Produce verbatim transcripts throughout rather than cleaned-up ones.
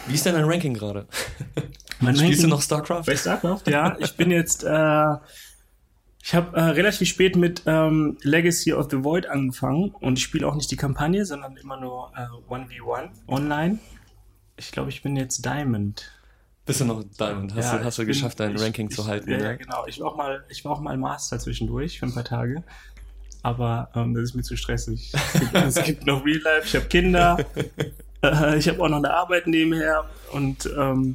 Wie ist denn dein Ranking gerade? Mein Spielst Ranking du noch StarCraft? Bei StarCraft, ja. Ich bin jetzt, äh, ich habe äh, relativ spät mit ähm, Legacy of the Void angefangen und ich spiele auch nicht die Kampagne, sondern immer nur äh, eins gegen eins online. Ich glaube, ich bin jetzt Diamond. Bist du noch Diamond? Hast, Ja, du, hast du ich bin- geschafft, dein ich- Ranking ich, zu halten? Ja, ne? ja, genau. Ich war auch mal, ich war auch mal Master zwischendurch für ein paar Tage. Aber ähm, das ist mir zu stressig. Es gibt, es gibt noch Real Life, ich habe Kinder, äh, ich habe auch noch eine Arbeit nebenher und ähm,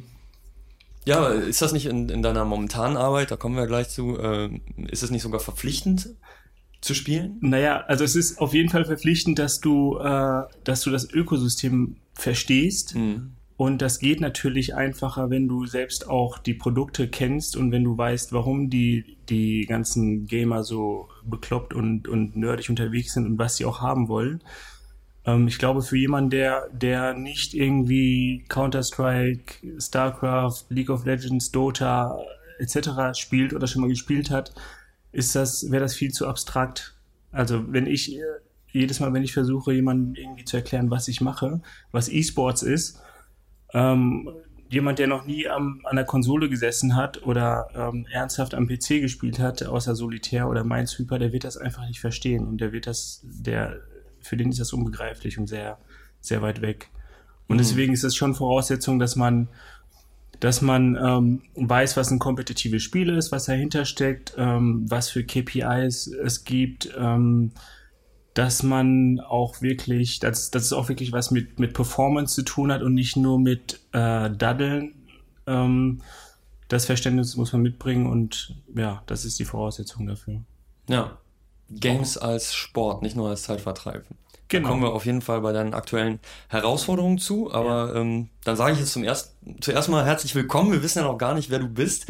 Ja, ist das nicht in, in deiner momentanen Arbeit, da kommen wir gleich zu, äh, ist es nicht sogar verpflichtend zu spielen? naja, also es ist auf jeden Fall verpflichtend, dass du, äh, dass du das Ökosystem verstehst. Mhm. Und das geht natürlich einfacher, wenn du selbst auch die Produkte kennst und wenn du weißt, warum die, die ganzen Gamer so bekloppt und, und nerdig unterwegs sind und was sie auch haben wollen. Ähm, ich glaube, für jemanden, der, der nicht irgendwie Counter-Strike, StarCraft, League of Legends, Dota et cetera spielt oder schon mal gespielt hat, ist das, wäre das viel zu abstrakt. Also wenn ich, äh, jedes Mal, wenn ich versuche, jemandem irgendwie zu erklären, was ich mache, was E-Sports ist, ähm, jemand, der noch nie am, an der Konsole gesessen hat oder ähm, ernsthaft am P C gespielt hat, außer Solitär oder Minesweeper, der wird das einfach nicht verstehen und der wird das, der, für den ist das unbegreiflich und sehr, sehr weit weg. Und Mhm. deswegen ist es schon Voraussetzung, dass man, dass man ähm, weiß, was ein kompetitives Spiel ist, was dahinter steckt, ähm, was für K P Is es gibt, ähm, dass man auch wirklich, dass, dass es auch wirklich was mit, mit Performance zu tun hat und nicht nur mit äh, Daddeln. Ähm, das Verständnis muss man mitbringen und ja, das ist die Voraussetzung dafür. Ja, Games als Sport, nicht nur als Zeitvertreib. Da Genau. kommen wir auf jeden Fall bei deinen aktuellen Herausforderungen zu, aber ähm, dann sage ich jetzt zum erst, zuerst mal herzlich willkommen. Wir wissen ja noch gar nicht, wer du bist.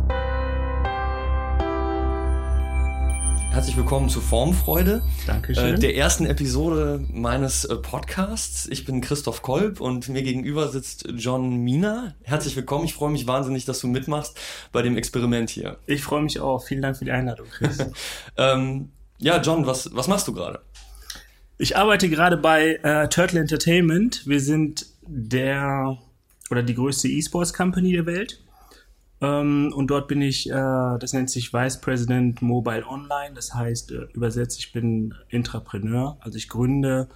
Herzlich willkommen zu Formfreude, Dankeschön. äh, der ersten Episode meines äh, Podcasts. Ich bin Christoph Kolb und mir gegenüber sitzt John Mina. Herzlich willkommen, ich freue mich wahnsinnig, dass du mitmachst bei dem Experiment hier. Ich freue mich auch. Vielen Dank für die Einladung, Chris. ähm, ja, John, was, was machst du gerade? Ich arbeite gerade bei äh, Turtle Entertainment. Wir sind der oder die größte E-Sports-Company der Welt. Ähm, und dort bin ich, äh, das nennt sich Vice President Mobile Online. Das heißt, äh, übersetzt, ich bin Intrapreneur. Also ich gründe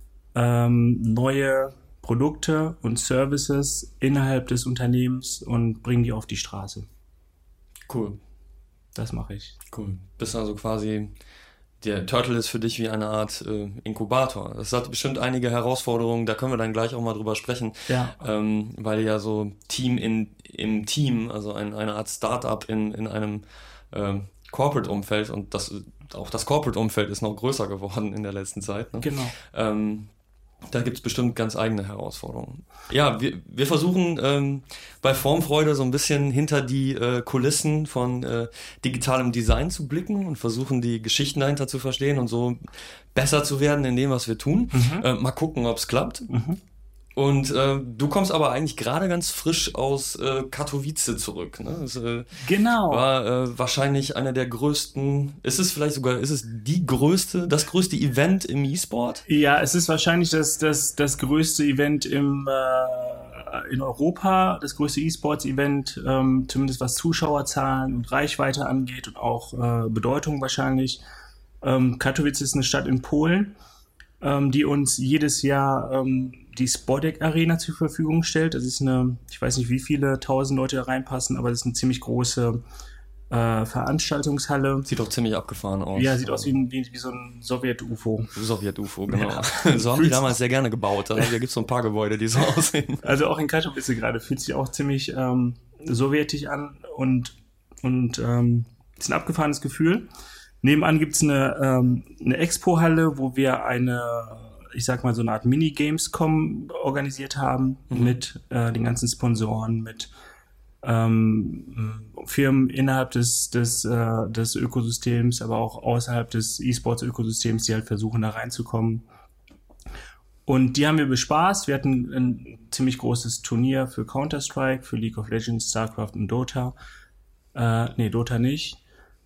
ähm, neue Produkte und Services innerhalb des Unternehmens und bringe die auf die Straße. Cool, Das mache ich. cool. Bist also quasi, der Turtle ist für dich wie eine Art äh, Inkubator. Das hat bestimmt einige Herausforderungen, da können wir dann gleich auch mal drüber sprechen, Ja. ähm, weil ja so Team in, im Team, also ein, eine Art Startup in, in einem ähm, Corporate-Umfeld und das, auch das Corporate-Umfeld ist noch größer geworden in der letzten Zeit. Ne? Genau. Ähm, da gibt es bestimmt ganz eigene Herausforderungen. Ja, wir, wir versuchen ähm, bei Formfreude so ein bisschen hinter die äh, Kulissen von äh, digitalem Design zu blicken und versuchen die Geschichten dahinter zu verstehen und so besser zu werden in dem, was wir tun. Mhm. Äh, mal gucken, ob es klappt. Mhm. Und äh, du kommst aber eigentlich gerade ganz frisch aus äh, Katowice zurück. Ne? Das äh, Genau. war äh, wahrscheinlich einer der größten, ist es vielleicht sogar, ist es die größte, das größte Event im E-Sport? Ja, es ist wahrscheinlich das, das, das größte Event im, äh, in Europa, das größte E-Sports-Event, ähm, zumindest was Zuschauerzahlen und Reichweite angeht und auch äh, Bedeutung wahrscheinlich. Ähm, Katowice ist eine Stadt in Polen, ähm, die uns jedes Jahr ähm, die Spodek Arena zur Verfügung stellt. Das ist eine, ich weiß nicht, wie viele tausend Leute da reinpassen, aber das ist eine ziemlich große äh, Veranstaltungshalle. Sieht doch ziemlich abgefahren aus. Ja, sieht aus wie, ein- wie, wie so ein Sowjet-U F O. Sowjet-U F O, genau. Ja. So haben die damals sehr gerne gebaut. Da gibt es so ein paar Gebäude, die so aussehen. Also auch in Katowice gerade fühlt sich auch ziemlich ähm, sowjetisch an und, und ähm, ist ein abgefahrenes Gefühl. Nebenan gibt's eine, ähm, eine Expo-Halle, wo wir eine, ich sag mal, so eine Art Mini-Gamescom organisiert haben Mhm. mit äh, den ganzen Sponsoren, mit ähm, Firmen innerhalb des, des, äh, des Ökosystems, aber auch außerhalb des E-Sports-Ökosystems, die halt versuchen, da reinzukommen. Und die haben wir bespaßt. Wir hatten ein ziemlich großes Turnier für Counter-Strike, für League of Legends, StarCraft und Dota. Äh, nee, Dota nicht.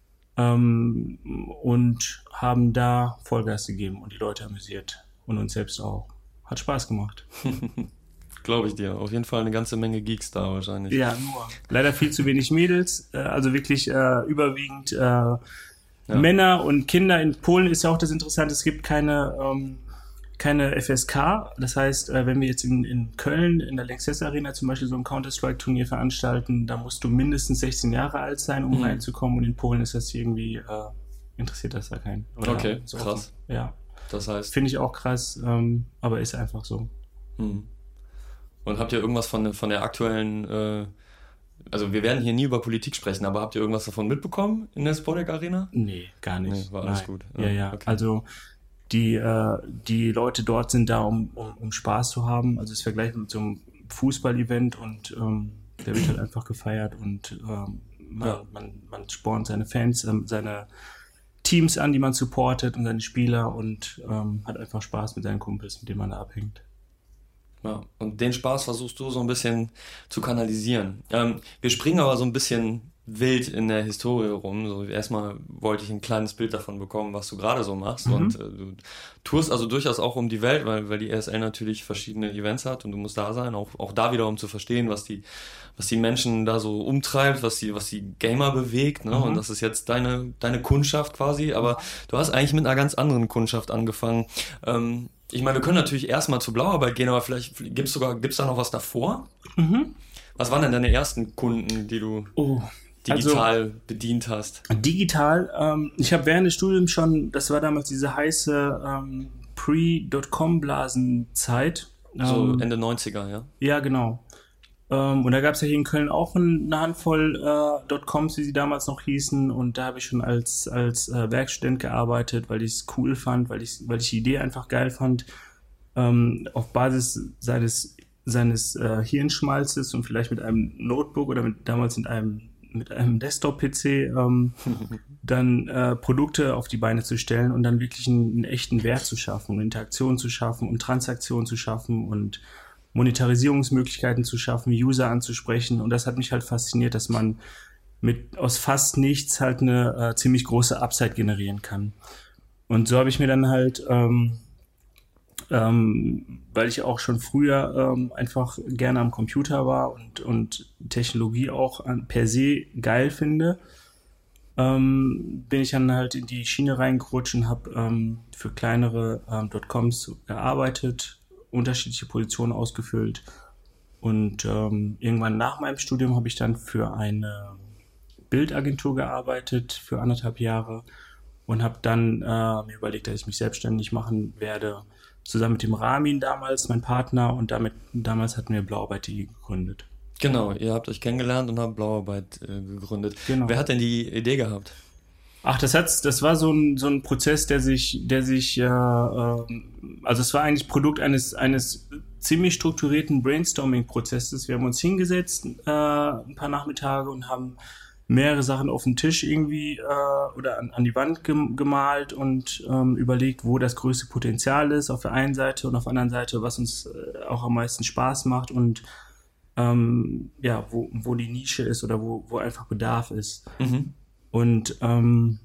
Ähm, und haben da Vollgas gegeben und die Leute amüsiert. Und uns selbst auch. Hat Spaß gemacht. Glaube ich dir. Auf jeden Fall eine ganze Menge Geeks da wahrscheinlich. Ja, nur. Leider viel zu wenig Mädels, äh, also wirklich äh, überwiegend äh, ja. Männer und Kinder. In Polen ist ja auch das Interessante, es gibt keine, ähm, keine F S K. Das heißt, äh, wenn wir jetzt in, in Köln, in der Lanxess Arena zum Beispiel so ein Counter-Strike-Turnier veranstalten, da musst du mindestens sechzehn Jahre alt sein, um mhm. reinzukommen. Und in Polen ist das irgendwie, äh, interessiert das da keinen. Oder okay, so krass. Offen. Ja. Das heißt. Finde ich auch krass, ähm, aber ist einfach so. Mhm. Und habt ihr irgendwas von, von der aktuellen, äh, also wir werden hier nie über Politik sprechen, aber habt ihr irgendwas davon mitbekommen in der Spodek Arena? Nee, gar nicht. Nee, war alles Nein. gut. Ja, ja. ja. Okay. Also die, äh, die Leute dort sind da, um, um, um Spaß zu haben. Also es vergleicht mit so einem Fußball-Event und ähm, der wird halt einfach gefeiert und ähm, man, ja. man, man spornt seine Fans, ähm, seine Teams an, die man supportet und seine Spieler und ähm, hat einfach Spaß mit seinen Kumpels, mit denen man da abhängt. Ja, und den Spaß versuchst du so ein bisschen zu kanalisieren. Ähm, wir springen aber so ein bisschen wild in der Historie rum. So, erstmal wollte ich ein kleines Bild davon bekommen, was du gerade so machst. Mhm. Und äh, du tourst also durchaus auch um die Welt, weil, weil die E S L natürlich verschiedene Events hat und du musst da sein, auch, auch da wieder, um zu verstehen, was die, was die Menschen da so umtreibt, was die, was die Gamer bewegt. Ne? Mhm. Und das ist jetzt deine, deine Kundschaft quasi. Aber du hast eigentlich mit einer ganz anderen Kundschaft angefangen. Ähm, Ich meine, wir können natürlich erstmal zur Blauarbeit gehen, aber vielleicht gibt es sogar, gibt's da noch was davor? Mhm. Was waren denn deine ersten Kunden, die du oh, digital also, bedient hast? Digital, ähm, ich habe während des Studiums schon, das war damals diese heiße ähm, Pre-Dotcom-Blasen-Zeit. So ähm, Ende neunziger, ja? Ja, genau. Ähm, und da gab es ja hier in Köln auch eine Handvoll äh, Dotcoms, wie sie damals noch hießen. Und da habe ich schon als, als äh, Werkstudent gearbeitet, weil ich es cool fand, weil ich, weil ich die Idee einfach geil fand. Ähm, auf Basis seines, seines äh, Hirnschmalzes und vielleicht mit einem Notebook oder mit, damals mit einem, mit einem Desktop-P C ähm, dann äh, Produkte auf die Beine zu stellen und dann wirklich einen, einen echten Wert zu schaffen und Interaktionen zu schaffen und Transaktionen zu schaffen und Monetarisierungsmöglichkeiten zu schaffen, User anzusprechen. Und das hat mich halt fasziniert, dass man mit aus fast nichts halt eine äh, ziemlich große Upside generieren kann. Und so habe ich mir dann halt, ähm, ähm, weil ich auch schon früher ähm, einfach gerne am Computer war und, und Technologie auch an, per se geil finde, ähm, bin ich dann halt in die Schiene reingerutscht und habe ähm, für kleinere ähm, Dotcoms gearbeitet, unterschiedliche Positionen ausgefüllt und ähm, irgendwann nach meinem Studium habe ich dann für eine Bildagentur gearbeitet für anderthalb Jahre und habe dann äh, mir überlegt, dass ich mich selbstständig machen werde, zusammen mit dem Ramin damals, mein Partner, und damit damals hatten wir Blauarbeit gegründet. Genau, ihr habt euch kennengelernt und habt Blauarbeit äh, gegründet. Genau. Wer hat denn die Idee gehabt? Ach, das hat, das war so ein so ein Prozess, der sich, der sich, äh, äh, also es war eigentlich Produkt eines eines ziemlich strukturierten Brainstorming-Prozesses. Wir haben uns hingesetzt äh, ein paar Nachmittage und haben mehrere Sachen auf den Tisch irgendwie äh, oder an, an die Wand gem- gemalt und ähm, überlegt, wo das größte Potenzial ist auf der einen Seite und auf der anderen Seite, was uns äh, auch am meisten Spaß macht und ähm, ja, wo, wo die Nische ist oder wo, wo einfach Bedarf ist. Mhm. Und ähm,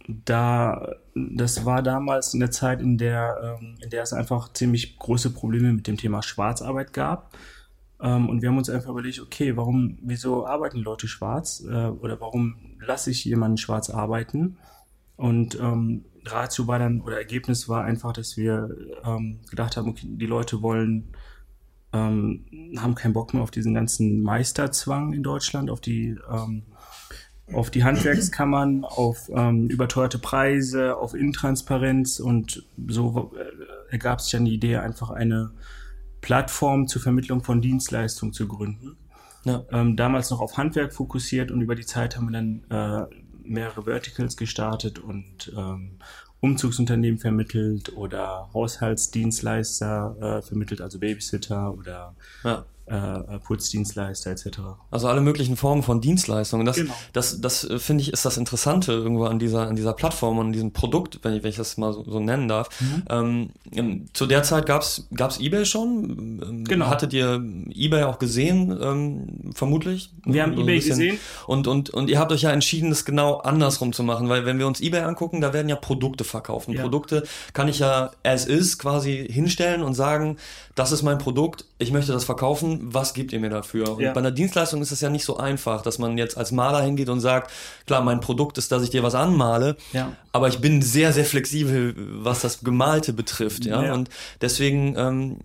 da, das war damals in der Zeit, in der, ähm, in der es einfach ziemlich große Probleme mit dem Thema Schwarzarbeit gab. Ähm, und wir haben uns einfach überlegt, okay, warum, wieso arbeiten Leute schwarz? Äh, oder warum lasse ich jemanden schwarz arbeiten? Und ähm, Ratio war dann, oder Ergebnis war einfach, dass wir ähm, gedacht haben, okay, die Leute wollen, ähm, haben keinen Bock mehr auf diesen ganzen Meisterzwang in Deutschland, auf die ähm, auf die Handwerkskammern, auf ähm, überteuerte Preise, auf Intransparenz, und so äh, ergab sich dann die Idee, einfach eine Plattform zur Vermittlung von Dienstleistungen zu gründen. Ja. Ähm, damals noch auf Handwerk fokussiert, und über die Zeit haben wir dann äh, mehrere Verticals gestartet und ähm, Umzugsunternehmen vermittelt oder Haushaltsdienstleister äh, vermittelt, also Babysitter oder ja. äh, Putzdienstleister et cetera. Also alle möglichen Formen von Dienstleistungen. Das, genau. das, das, das finde ich, ist das Interessante irgendwo an dieser, an dieser Plattform und an diesem Produkt, wenn ich, wenn ich das mal so, so nennen darf. Mhm. Ähm, zu der Zeit gab's gab's eBay schon. Genau. Hattet ihr eBay auch gesehen, ähm, vermutlich? Wir haben so eBay gesehen. Und, und, und ihr habt euch ja entschieden, das genau andersrum zu machen, weil wenn wir uns eBay angucken, da werden ja Produkte verkauft. Und ja. Produkte kann ich ja as is quasi hinstellen und sagen, das ist mein Produkt, ich möchte das verkaufen, was gebt ihr mir dafür? Und Ja. bei einer Dienstleistung ist es ja nicht so einfach, dass man jetzt als Maler hingeht und sagt, klar, mein Produkt ist, dass ich dir was anmale, Ja. aber ich bin sehr, sehr flexibel, was das Gemalte betrifft. Ja? Ja. Und deswegen, ähm,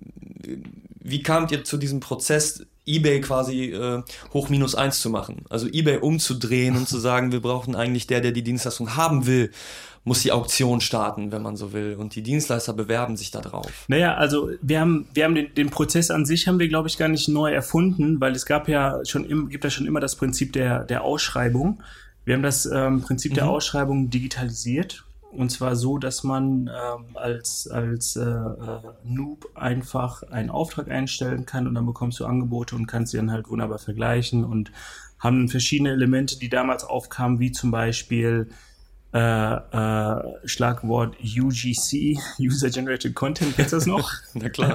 wie kamt ihr zu diesem Prozess, eBay quasi äh, hoch minus eins zu machen? Also eBay umzudrehen und zu sagen, wir brauchen eigentlich der, der die Dienstleistung haben will, muss die Auktion starten, wenn man so will. Und die Dienstleister bewerben sich da drauf. Naja, also wir haben, wir haben den, den Prozess an sich haben wir, glaube ich, gar nicht neu erfunden, weil es gab ja schon im, gibt ja schon immer das Prinzip der, der Ausschreibung. Wir haben das ähm, Prinzip mhm. der Ausschreibung digitalisiert. Und zwar so, dass man ähm, als, als äh, äh, Noob einfach einen Auftrag einstellen kann und dann bekommst du Angebote und kannst sie dann halt wunderbar vergleichen und haben verschiedene Elemente, die damals aufkamen, wie zum Beispiel Äh, äh, Schlagwort U G C, User Generated Content, kennst du das noch? Na klar.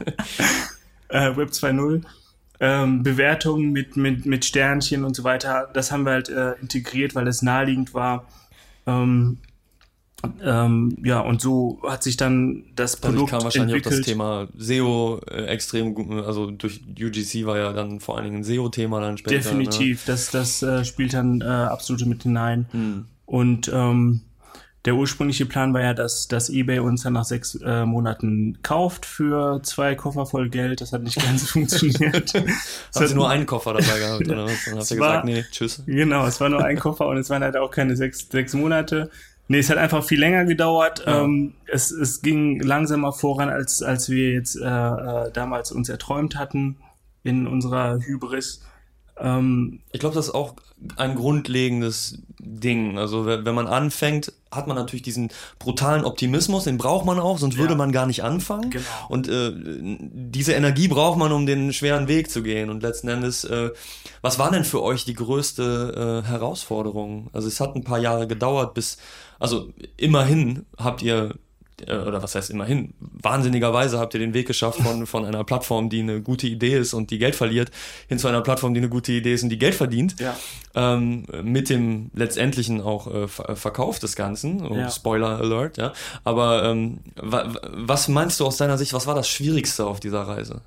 äh, Web zwei Punkt null. Ähm, Bewertungen mit, mit, mit Sternchen und so weiter, das haben wir halt äh, integriert, weil es naheliegend war. Ähm, ähm, ja, und so hat sich dann das Produkt kam wahrscheinlich entwickelt. auch das Thema S E O äh, extrem gut, also durch U G C war ja dann vor allen Dingen ein S E O-Thema dann später. Definitiv, ne? das, das äh, spielt dann äh, absolut mit hinein. Hm. Und ähm, der ursprüngliche Plan war ja, dass, dass eBay uns dann nach sechs äh, Monaten kauft für zwei Koffer voll Geld. Das hat nicht ganz funktioniert. Hast du nur einen Koffer dabei gehabt, oder was? Dann habt ihr gesagt, nee, tschüss. Genau, es war nur ein Koffer und es waren halt auch keine sechs, sechs Monate. Nee, es hat einfach viel länger gedauert. Ja. Ähm, es, es ging langsamer voran, als, als wir jetzt äh, äh, damals uns erträumt hatten in unserer Hybris. Ähm, ich glaube, das ist auch ein grundlegendes Ding. Also wenn man anfängt, hat man natürlich diesen brutalen Optimismus, den braucht man auch, sonst ja. würde man gar nicht anfangen. Genau. Und äh, diese Energie braucht man, um den schweren Weg zu gehen. Und letzten Endes, äh, was war denn für euch die größte äh, Herausforderung? Also es hat ein paar Jahre gedauert, bis, also immerhin habt ihr oder was heißt immerhin, wahnsinnigerweise habt ihr den Weg geschafft von, von einer Plattform, die eine gute Idee ist und die Geld verliert, hin zu einer Plattform, die eine gute Idee ist und die Geld verdient. Ja. Ähm, mit dem letztendlichen auch äh, Verkauf des Ganzen. Oh, ja. Spoiler Alert, ja. Aber ähm, wa- was meinst du aus deiner Sicht, was war das Schwierigste auf dieser Reise?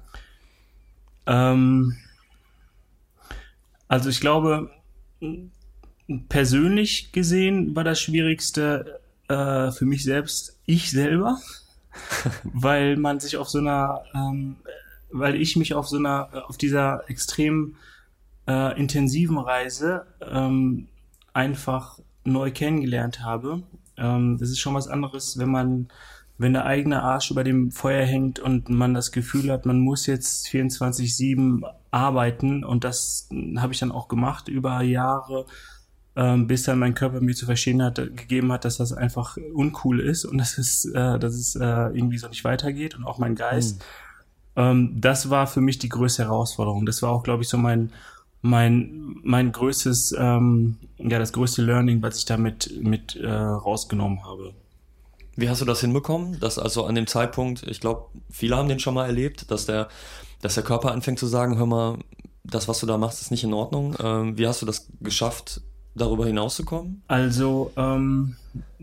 Ähm, also ich glaube, persönlich gesehen war das Schwierigste äh, für mich selbst, ich selber, weil man sich auf so einer, ähm, weil ich mich auf so einer, auf dieser extrem äh, intensiven Reise ähm, einfach neu kennengelernt habe. Ähm, das ist schon was anderes, wenn man, wenn der eigene Arsch über dem Feuer hängt und man das Gefühl hat, man muss jetzt vierundzwanzig sieben arbeiten, und das habe ich dann auch gemacht über Jahre, ähm, bis dann mein Körper mir zu verstehen hat, gegeben hat, dass das einfach uncool ist und dass es, äh, dass es äh, irgendwie so nicht weitergeht, und auch mein Geist. Mhm. Ähm, das war für mich die größte Herausforderung. Das war auch, glaube ich, so mein mein mein größtes, ähm, ja, das größte Learning, was ich damit mit äh, rausgenommen habe. Wie hast du das hinbekommen? Dass also an dem Zeitpunkt, ich glaube, viele haben den schon mal erlebt, dass der, dass der Körper anfängt zu sagen, hör mal, das, was du da machst, ist nicht in Ordnung. Ähm, wie hast du das geschafft, darüber hinauszukommen? Also ähm,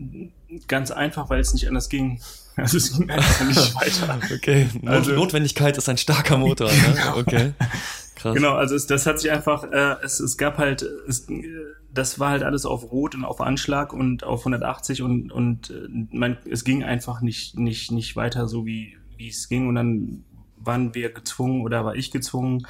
ganz einfach, weil es nicht anders ging. Also es ging einfach nicht weiter. Okay, Not- also, Notwendigkeit ist ein starker Motor. Ne? Genau. Okay, krass. Genau, also es, das hat sich einfach, äh, es, es gab halt, es, das war halt alles auf Rot und auf Anschlag und auf hundertachtzig, und und man, es ging einfach nicht nicht nicht weiter so, wie wie es ging, und dann waren wir gezwungen, oder war ich gezwungen,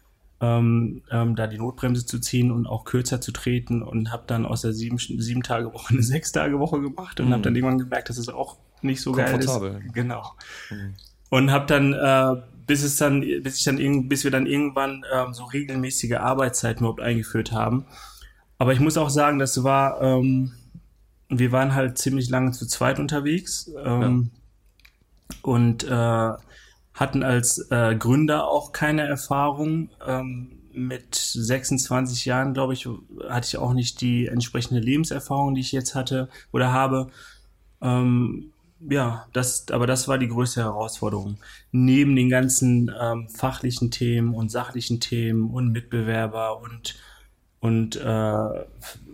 ähm, ähm, da die Notbremse zu ziehen und auch kürzer zu treten, und habe dann aus der sieben sieben Tage Woche eine sechs Tage Woche gemacht und mhm. habe dann irgendwann gemerkt, dass es auch nicht so geil ist. Genau. Mhm. Und habe dann äh, bis es dann bis ich dann irg- bis wir dann irgendwann ähm, so regelmäßige Arbeitszeiten überhaupt eingeführt haben. Aber ich muss auch sagen, das war ähm, wir waren halt ziemlich lange zu zweit unterwegs, ähm, ja. und äh, hatten als äh, Gründer auch keine Erfahrung. Ähm, mit sechsundzwanzig Jahren, glaube ich, hatte ich auch nicht die entsprechende Lebenserfahrung, die ich jetzt hatte oder habe. Ähm, ja, das, aber das war die größte Herausforderung. Neben den ganzen ähm, fachlichen Themen und sachlichen Themen und Mitbewerber und und äh,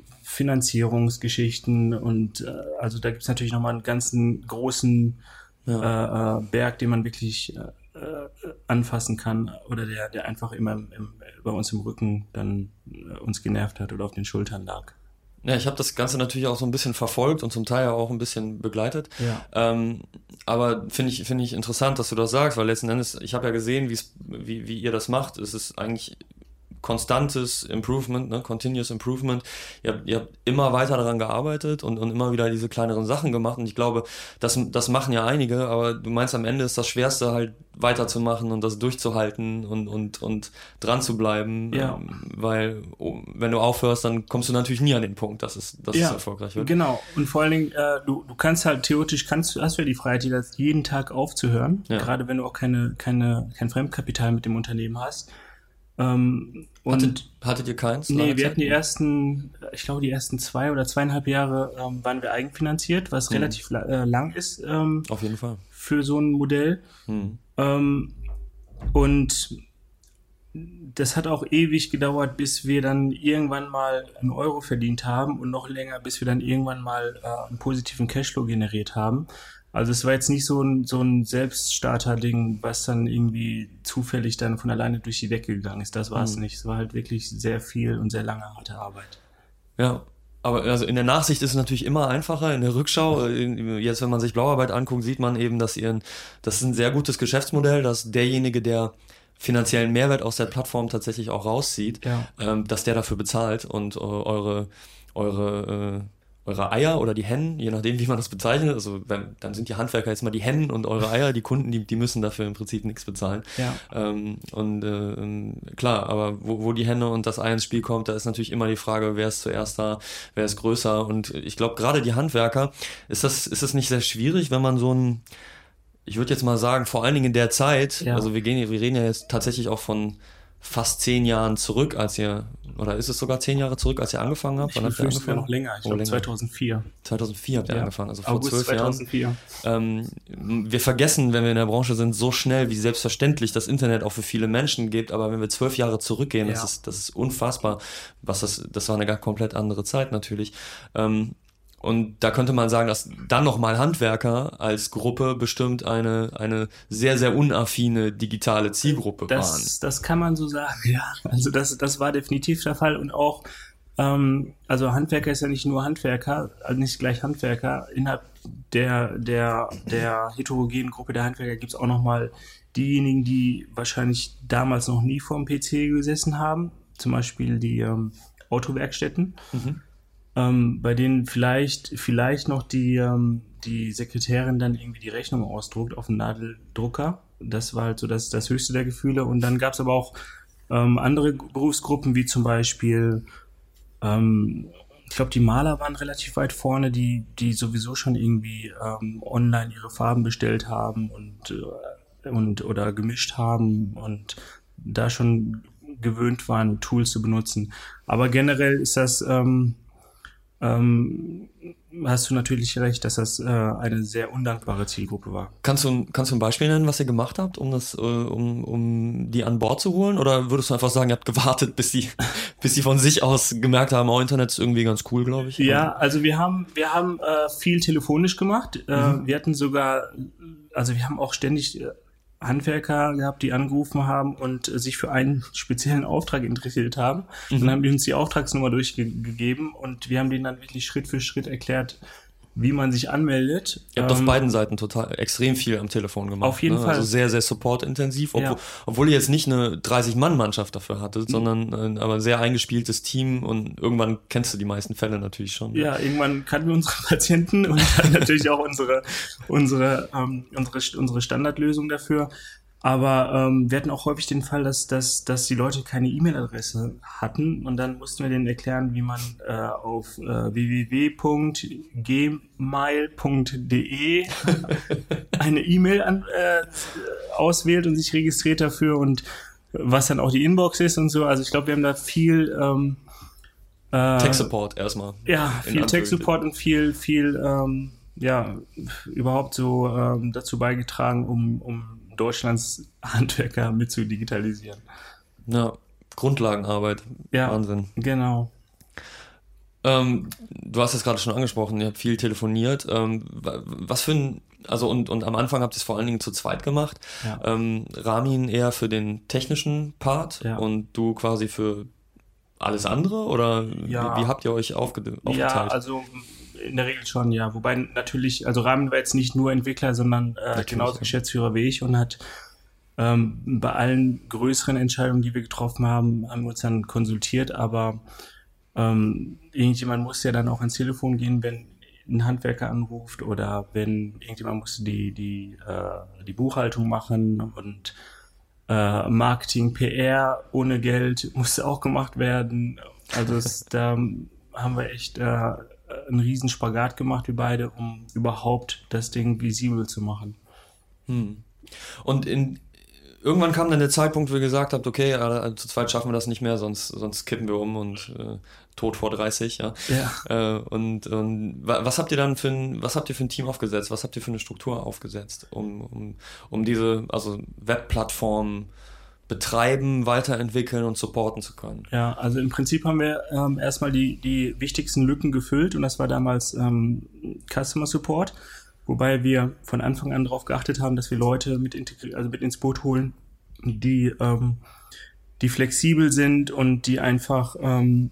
Finanzierungsgeschichten, und äh, also da gibt es natürlich nochmal einen ganzen großen ja. äh, Berg, den man wirklich äh, äh, anfassen kann oder der, der einfach immer im, im, bei uns im Rücken dann äh, uns genervt hat oder auf den Schultern lag. Ja, ich habe das Ganze natürlich auch so ein bisschen verfolgt und zum Teil auch ein bisschen begleitet. Ja. Ähm, aber finde ich finde ich interessant, dass du das sagst, weil letzten Endes, ich habe ja gesehen, wie's, wie wie ihr das macht. Es ist eigentlich konstantes Improvement, ne, Continuous Improvement. Ihr habt, ihr habt immer weiter daran gearbeitet und, und immer wieder diese kleineren Sachen gemacht und ich glaube, das, das machen ja einige, aber du meinst, am Ende ist das Schwerste halt weiterzumachen und das durchzuhalten und, und, und dran zu bleiben, ja. ähm, weil oh, wenn du aufhörst, dann kommst du natürlich nie an den Punkt, dass es, dass ja, es erfolgreich wird. Genau, und vor allen Dingen, äh, du, du kannst halt theoretisch, kannst, hast du ja die Freiheit, jeden Tag aufzuhören, ja. gerade wenn du auch keine, keine, kein Fremdkapital mit dem Unternehmen hast. Ähm, und hattet, hattet ihr keins? Nee, wir hatten die ersten, ich glaube die ersten zwei oder zweieinhalb Jahre ähm, waren wir eigenfinanziert, was mhm. relativ la- äh, lang ist. Ähm, Auf jeden Fall. Für so ein Modell. Mhm. Ähm, und das hat auch ewig gedauert, bis wir dann irgendwann mal einen Euro verdient haben und noch länger, bis wir dann irgendwann mal äh, einen positiven Cashflow generiert haben. Also es war jetzt nicht so ein, so ein Selbststarter-Ding, was dann irgendwie zufällig dann von alleine durch die Decke gegangen ist. Das war es mhm. nicht. Es war halt wirklich sehr viel und sehr lange harte Arbeit. Ja, aber also in der Nachsicht ist es natürlich immer einfacher. In der Rückschau, jetzt wenn man sich Blauarbeit anguckt, sieht man eben, dass ihr ein, das ist ein sehr gutes Geschäftsmodell, dass derjenige, der finanziellen Mehrwert aus der Plattform tatsächlich auch rauszieht, ja. ähm, dass der dafür bezahlt und äh, eure eure äh, eure Eier oder die Hennen, je nachdem, wie man das bezeichnet, also wenn, dann sind die Handwerker jetzt mal die Hennen und eure Eier, die Kunden, die, die müssen dafür im Prinzip nichts bezahlen. Ja. Ähm, und äh, klar, aber wo, wo die Henne und das Ei ins Spiel kommt, da ist natürlich immer die Frage, wer ist zuerst da, wer ist größer und ich glaube, gerade die Handwerker, ist das, ist das nicht sehr schwierig, wenn man so ein, ich würde jetzt mal sagen, vor allen Dingen in der Zeit, ja. also wir, gehen, wir reden ja jetzt tatsächlich auch von fast zehn Jahren zurück, als ihr, oder ist es sogar zehn Jahre zurück, als ihr angefangen habt? Ich befürchte sogar noch länger, ich oh, glaube zweitausendvier. zweitausendvier habt ihr ja. angefangen, also August vor zwölf zweitausendvier. Jahren. Ähm, wir vergessen, wenn wir in der Branche sind, so schnell, wie selbstverständlich das Internet auch für viele Menschen gibt, aber wenn wir zwölf Jahre zurückgehen, ja. das ist, das ist unfassbar, was das, das war eine gar komplett andere Zeit natürlich. Ähm, Und da könnte man sagen, dass dann nochmal Handwerker als Gruppe bestimmt eine eine sehr, sehr unaffine digitale Zielgruppe das, waren. Das kann man so sagen, ja. Also das, das war definitiv der Fall. Und auch, ähm, also Handwerker ist ja nicht nur Handwerker, also nicht gleich Handwerker. Innerhalb der, der, der heterogenen Gruppe der Handwerker gibt es auch nochmal diejenigen, die wahrscheinlich damals noch nie vor dem P C gesessen haben. Zum Beispiel die ähm, Autowerkstätten. Mhm. Ähm, bei denen vielleicht vielleicht noch die ähm, die Sekretärin dann irgendwie die Rechnung ausdruckt auf dem Nadeldrucker. Das war halt so das, das höchste der Gefühle. Und dann gab es aber auch ähm, andere Berufsgruppen, wie zum Beispiel, ähm, ich glaube, die Maler waren relativ weit vorne, die die sowieso schon irgendwie ähm, online ihre Farben bestellt haben und, äh, und oder gemischt haben und da schon gewöhnt waren, Tools zu benutzen. Aber generell ist das... Ähm, Ähm, hast du natürlich recht, dass das äh, eine sehr undankbare Zielgruppe war. Kannst du, kannst du ein Beispiel nennen, was ihr gemacht habt, um das, äh, um, um die an Bord zu holen? Oder würdest du einfach sagen, ihr habt gewartet, bis die, bis die von sich aus gemerkt haben, oh, Internet ist irgendwie ganz cool, glaube ich? Ja, also wir haben, wir haben äh, viel telefonisch gemacht. Äh, mhm. Wir hatten sogar, also wir haben auch ständig äh, Handwerker gehabt, die angerufen haben und äh, sich für einen speziellen Auftrag interessiert haben. Mhm. Dann haben die uns die Auftragsnummer durchgegeben und wir haben denen dann wirklich Schritt für Schritt erklärt, wie man sich anmeldet. Ihr habt ähm, auf beiden Seiten total extrem viel am Telefon gemacht. Auf jeden ne? Fall. Also sehr, sehr supportintensiv, obwohl, ja. obwohl ihr jetzt nicht eine dreißig-Mann-Mannschaft dafür hattet, mhm. sondern äh, aber ein sehr eingespieltes Team und irgendwann kennst du die meisten Fälle natürlich schon. Ja, ne? Irgendwann kannten wir unsere Patienten und dann natürlich auch unsere, unsere, ähm, unsere, unsere Standardlösung dafür. Aber ähm, wir hatten auch häufig den Fall, dass, dass, dass die Leute keine E-Mail-Adresse hatten und dann mussten wir denen erklären, wie man äh, auf äh, w w w punkt gmail punkt d e eine E-Mail an, äh, auswählt und sich registriert dafür und was dann auch die Inbox ist und so. Also ich glaube, wir haben da viel ähm, äh, Tech-Support erstmal. Ja, viel Tech-Support und viel, viel ähm, ja, überhaupt so ähm, dazu beigetragen, um, um Deutschlands Handwerker mit zu digitalisieren. Ja, Grundlagenarbeit. Ja, Wahnsinn. Genau. Ähm, du hast es gerade schon angesprochen, ihr habt viel telefoniert. Ähm, was für ein, also und, und am Anfang habt ihr es vor allen Dingen zu zweit gemacht. Ja. Ähm, Ramin eher für den technischen Part Ja. und du quasi für alles andere? Oder Ja. wie, wie habt ihr euch aufge aufgeteilt? Ja, also in der Regel schon, ja. Wobei natürlich, also Ramin war jetzt nicht nur Entwickler, sondern äh, genauso ja. Geschäftsführer wie ich und hat ähm, bei allen größeren Entscheidungen, die wir getroffen haben, haben wir uns dann konsultiert, aber ähm, irgendjemand muss ja dann auch ans Telefon gehen, wenn ein Handwerker anruft oder wenn irgendjemand musste die, die, äh, die Buchhaltung machen und äh, Marketing, P R ohne Geld musste auch gemacht werden. Also es, da haben wir echt äh, einen riesen Spagat gemacht, wir beide, um überhaupt das Ding visibel zu machen. Hm. Und in irgendwann kam dann der Zeitpunkt, wo ihr gesagt habt, okay, äh, zu zweit schaffen wir das nicht mehr, sonst, sonst kippen wir um und äh, tot vor dreißig, ja. Ja. Äh, und, und was habt ihr dann für ein, was habt ihr für ein Team aufgesetzt? Was habt ihr für eine Struktur aufgesetzt, um, um, um diese, also Webplattform betreiben, weiterentwickeln und supporten zu können? Ja, also im Prinzip haben wir ähm, erstmal die, die wichtigsten Lücken gefüllt und das war damals ähm, Customer Support. Wobei wir von Anfang an darauf geachtet haben, dass wir Leute mit, integri- also mit ins Boot holen, die, ähm, die flexibel sind und die einfach ähm,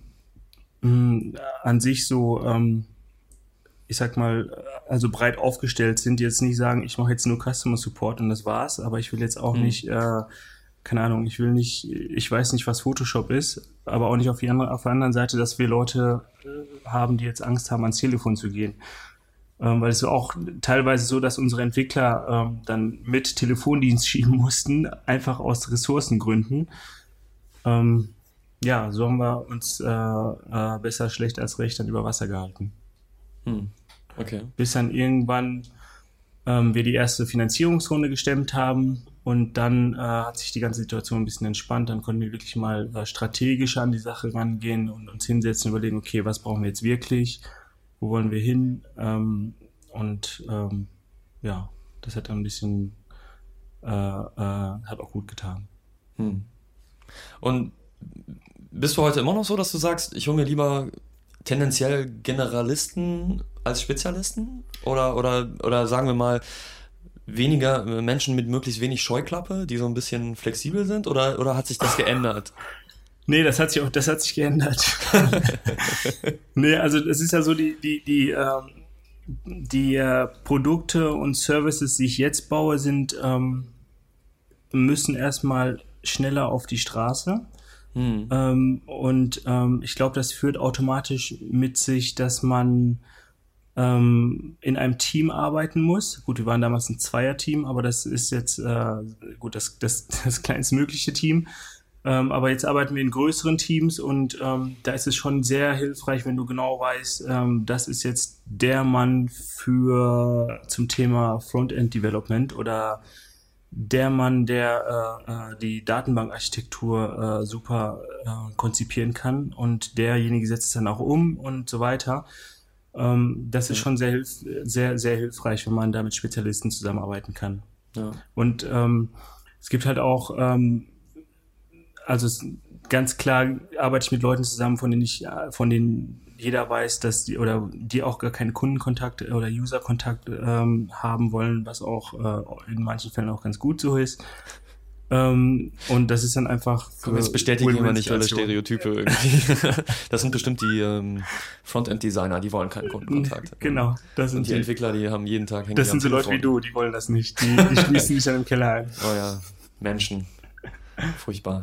mh, an sich so, ähm, ich sag mal, also breit aufgestellt sind, die jetzt nicht sagen, ich mache jetzt nur Customer Support und das war's, aber ich will jetzt auch Mhm. nicht, äh, keine Ahnung, ich will nicht, ich weiß nicht, was Photoshop ist, aber auch nicht auf, die andere, auf der anderen Seite, dass wir Leute äh, haben, die jetzt Angst haben, ans Telefon zu gehen. Ähm, weil es war auch teilweise so, dass unsere Entwickler ähm, dann mit Telefondienst schieben mussten, einfach aus Ressourcengründen. Ähm, ja, so haben wir uns äh, äh, besser schlecht als recht dann über Wasser gehalten. Hm. Okay. Bis dann irgendwann ähm, wir die erste Finanzierungsrunde gestemmt haben und dann äh, hat sich die ganze Situation ein bisschen entspannt. Dann konnten wir wirklich mal äh, strategischer an die Sache rangehen und uns hinsetzen und überlegen, okay, was brauchen wir jetzt wirklich? Wo wollen wir hin? Ähm, und ähm, ja, das hat ein bisschen, äh, äh, hat auch gut getan. Hm. Und bist du heute immer noch so, dass du sagst, ich hole mir lieber tendenziell Generalisten als Spezialisten? Oder, oder, oder sagen wir mal, weniger Menschen mit möglichst wenig Scheuklappe, die so ein bisschen flexibel sind? Oder, oder hat sich das geändert? Nee, das hat sich auch, das hat sich geändert. Nee, also es ist ja so, die, die, die, ähm, die äh, Produkte und Services, die ich jetzt baue, sind, ähm, müssen erstmal schneller auf die Straße. Hm. Ähm, und ähm, ich glaube, das führt automatisch mit sich, dass man ähm, in einem Team arbeiten muss. Gut, wir waren damals ein Zweierteam, aber das ist jetzt äh, gut das, das, das kleinstmögliche Team. Ähm, aber jetzt arbeiten wir in größeren Teams und ähm, da ist es schon sehr hilfreich, wenn du genau weißt, ähm, das ist jetzt der Mann für zum Thema Frontend Development oder der Mann, der äh, äh, die Datenbankarchitektur äh, super äh, konzipieren kann und derjenige setzt es dann auch um und so weiter. Ähm, das ist schon sehr, hilf- sehr, sehr hilfreich, wenn man da mit Spezialisten zusammenarbeiten kann. Ja. Und ähm, es gibt halt auch ähm, Also es, ganz klar arbeite ich mit Leuten zusammen, von denen ich, von denen jeder weiß, dass die oder die auch gar keinen Kundenkontakt oder Userkontakt ähm, haben wollen, was auch äh, in manchen Fällen auch ganz gut so ist. Ähm, und das ist dann einfach. Komm, jetzt bestätigen wir mal nicht alle Stereotype irgendwie. Das sind bestimmt die ähm, Frontend-Designer, die wollen keinen Kundenkontakt. Genau, das sind Und die, die Entwickler, die haben jeden Tag hängen Das die sind am so Leute Telefon. wie du, die wollen das nicht. Die, die schließen sich dann im Keller ein. Oh ja, Menschen. Furchtbar.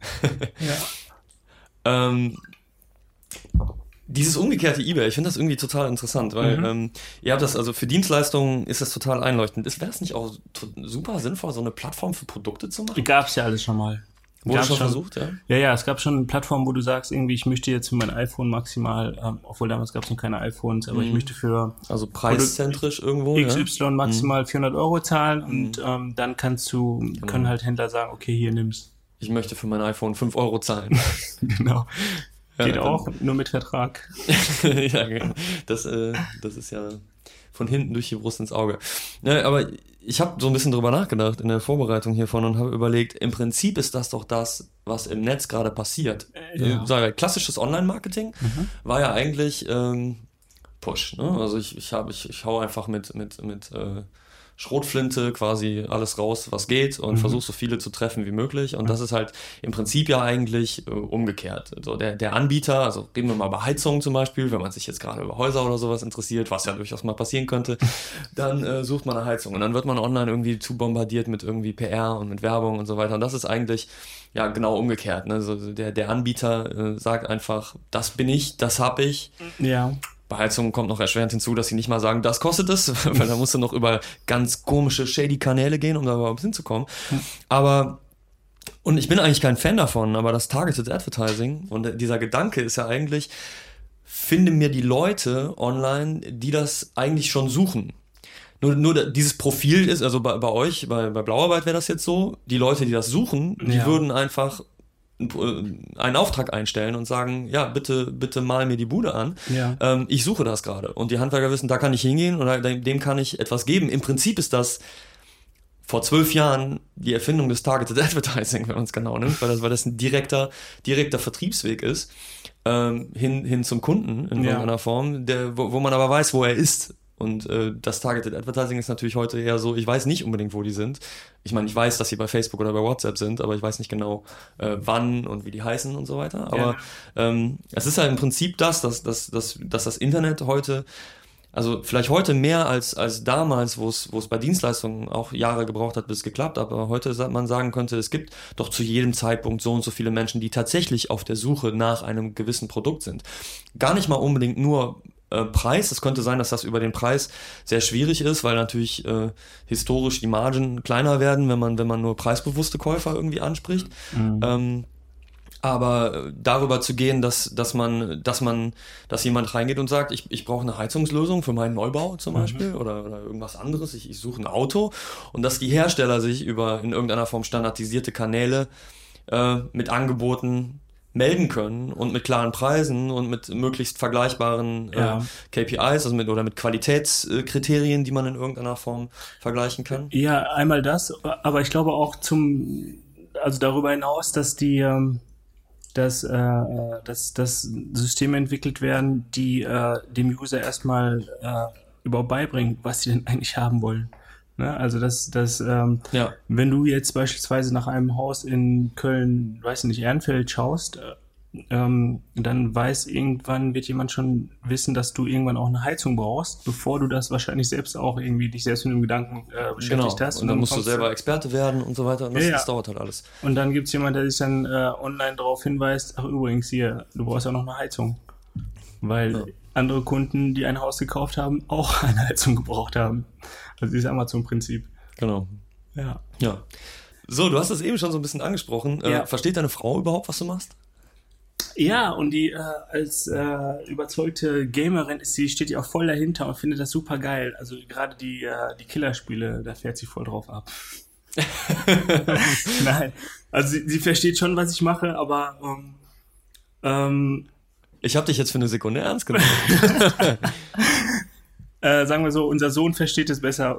Ja. ähm, dieses umgekehrte eBay, ich finde das irgendwie total interessant, weil Mhm. ähm, ihr habt das, also für Dienstleistungen ist das total einleuchtend. Wäre das nicht auch to- super sinnvoll, so eine Plattform für Produkte zu machen? Gab es ja alles schon mal. Wurde Gab's schon versucht, ja? Ja, ja, es gab schon eine Plattform, wo du sagst, irgendwie, ich möchte jetzt für mein iPhone maximal, ähm, obwohl damals gab es noch keine iPhones, aber Mhm. ich möchte für Also preiszentrisch irgendwo, X ja? Y maximal vierhundert Euro zahlen und ähm, dann kannst du, können halt Händler sagen, okay, hier nimm's. Ich möchte für mein iPhone fünf Euro zahlen. Genau. Ja, Geht dann- auch, nur mit Vertrag. Ja, genau. das, äh, das ist ja von hinten durch die Brust ins Auge. Ja, aber ich habe so ein bisschen drüber nachgedacht in der Vorbereitung hiervon und habe überlegt, im Prinzip ist das doch das, was im Netz gerade passiert. Ja. Ich sage, klassisches Online-Marketing mhm. war ja eigentlich ähm, Push. Ne? Also ich, ich, hab, ich, ich hau einfach mit, mit, mit äh, Schrotflinte quasi alles raus, was geht und mhm. versuche so viele zu treffen wie möglich. Und das ist halt im Prinzip ja eigentlich äh, umgekehrt. Also der, der Anbieter, also reden wir mal über Heizungen zum Beispiel, wenn man sich jetzt gerade über Häuser oder sowas interessiert, was ja durchaus mal passieren könnte, dann äh, sucht man eine Heizung und dann wird man online irgendwie zu bombardiert mit irgendwie P R und mit Werbung und so weiter. Und das ist eigentlich ja genau umgekehrt. Ne? Also der, der Anbieter äh, sagt einfach, das bin ich, das hab ich. Ja. Bei Heizungen kommt noch erschwerend hinzu, dass sie nicht mal sagen, das kostet es, weil da musst du noch über ganz komische, shady Kanäle gehen, um da überhaupt hinzukommen. Aber, und ich bin eigentlich kein Fan davon, aber das Targeted Advertising und dieser Gedanke ist ja eigentlich, finde mir die Leute online, die das eigentlich schon suchen. Nur, nur dieses Profil ist, also bei, bei euch, bei, bei Blauarbeit wäre das jetzt so, die Leute, die das suchen, die ja. würden einfach einen Auftrag einstellen und sagen, ja, bitte, bitte mal mir die Bude an. Ja. Ähm, ich suche das gerade. Und die Handwerker wissen, da kann ich hingehen oder dem kann ich etwas geben. Im Prinzip ist das vor zwölf Jahren die Erfindung des Targeted Advertising, wenn man es genau nimmt, weil das, weil das ein direkter, direkter Vertriebsweg ist, ähm, hin, hin zum Kunden in ja. irgendeiner Form, der, wo, wo man aber weiß, wo er ist. Und äh, das Targeted Advertising ist natürlich heute eher so, ich weiß nicht unbedingt, wo die sind. Ich meine, ich weiß, dass sie bei Facebook oder bei WhatsApp sind, aber ich weiß nicht genau, äh, wann und wie die heißen und so weiter. Aber ja. ähm, es ist halt im Prinzip das, dass, dass, dass, dass das Internet heute, also vielleicht heute mehr als, als damals, wo es, wo es bei Dienstleistungen auch Jahre gebraucht hat, bis es geklappt hat, aber heute man sagen könnte, es gibt doch zu jedem Zeitpunkt so und so viele Menschen, die tatsächlich auf der Suche nach einem gewissen Produkt sind. Gar nicht mal unbedingt nur Preis. Es könnte sein, dass das über den Preis sehr schwierig ist, weil natürlich äh, historisch die Margen kleiner werden, wenn man wenn man nur preisbewusste Käufer irgendwie anspricht. Mhm. Ähm, aber darüber zu gehen, dass dass man dass man dass jemand reingeht und sagt, ich ich brauche eine Heizungslösung für meinen Neubau zum Beispiel mhm. oder oder irgendwas anderes. Ich ich suche ein Auto und dass die Hersteller sich über in irgendeiner Form standardisierte Kanäle äh, mit Angeboten melden können und mit klaren Preisen und mit möglichst vergleichbaren ja. äh, K P Is, also mit oder mit Qualitätskriterien, die man in irgendeiner Form vergleichen kann. Ja, einmal das, aber ich glaube auch zum, also darüber hinaus, dass die, ähm, dass, äh, dass, dass Systeme entwickelt werden, die äh, dem User erstmal äh, überhaupt beibringen, was sie denn eigentlich haben wollen. Ne? Also das, das, ähm, ja. wenn du jetzt beispielsweise nach einem Haus in Köln, weiß nicht, Ehrenfeld schaust, ähm, dann weiß irgendwann, wird jemand schon wissen, dass du irgendwann auch eine Heizung brauchst, bevor du das wahrscheinlich selbst auch irgendwie dich selbst mit dem Gedanken äh, beschäftigt genau. hast. Und, und dann, dann musst du selber Experte werden und so weiter. Und das, ja, ja. das dauert halt alles. Und dann gibt's jemanden, der sich dann äh, online darauf hinweist, ach übrigens hier, du brauchst auch noch eine Heizung. Weil ja. andere Kunden, die ein Haus gekauft haben, auch eine Heizung gebraucht haben. Also dieses Amazon-Prinzip. Genau. Ja. Ja. So, du hast das eben schon so ein bisschen angesprochen. Ja. Äh, versteht deine Frau überhaupt, was du machst? Ja, und die äh, als äh, überzeugte Gamerin ist sie, steht die auch voll dahinter und findet das super geil. Also gerade die, äh, die Killerspiele, da fährt sie voll drauf ab. Nein, also sie, sie versteht schon, was ich mache, aber ähm, ähm, ich habe dich jetzt für eine Sekunde ernst genommen. Äh, sagen wir so, unser Sohn versteht es besser.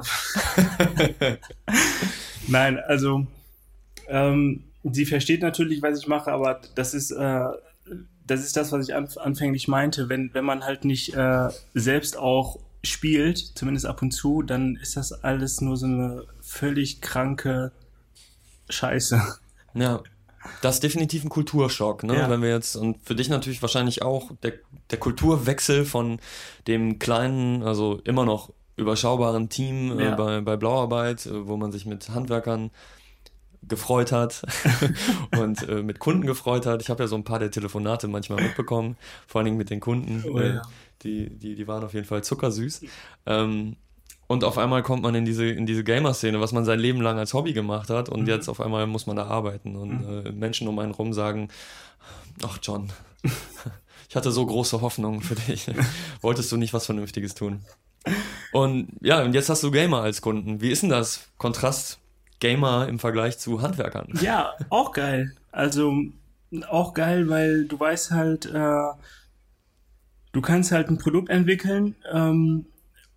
Nein, also ähm, sie versteht natürlich, was ich mache, aber das ist äh, das ist das, was ich anf- anfänglich meinte. Wenn, wenn man halt nicht äh, selbst auch spielt, zumindest ab und zu, dann ist das alles nur so eine völlig kranke Scheiße. Ja. Das ist definitiv ein Kulturschock, ne? Ja. Wenn wir jetzt, und für dich natürlich wahrscheinlich auch, der, der Kulturwechsel von dem kleinen, also immer noch überschaubaren Team ja. äh, bei, bei Blauarbeit, äh, wo man sich mit Handwerkern gefreut hat und äh, mit Kunden gefreut hat. Ich habe ja so ein paar der Telefonate manchmal mitbekommen, vor allen Dingen mit den Kunden. Oh, ja. äh, die, die, die waren auf jeden Fall zuckersüß. Ähm, Und auf einmal kommt man in diese, in diese Gamer-Szene, was man sein Leben lang als Hobby gemacht hat und mhm. jetzt auf einmal muss man da arbeiten und mhm. äh, Menschen um einen rum sagen, ach John, ich hatte so große Hoffnungen für dich. Wolltest du nicht was Vernünftiges tun? Und ja, und jetzt hast du Gamer als Kunden. Wie ist denn das? Kontrast Gamer im Vergleich zu Handwerkern? Ja, auch geil. Also auch geil, weil du weißt halt, äh, du kannst halt ein Produkt entwickeln, ähm,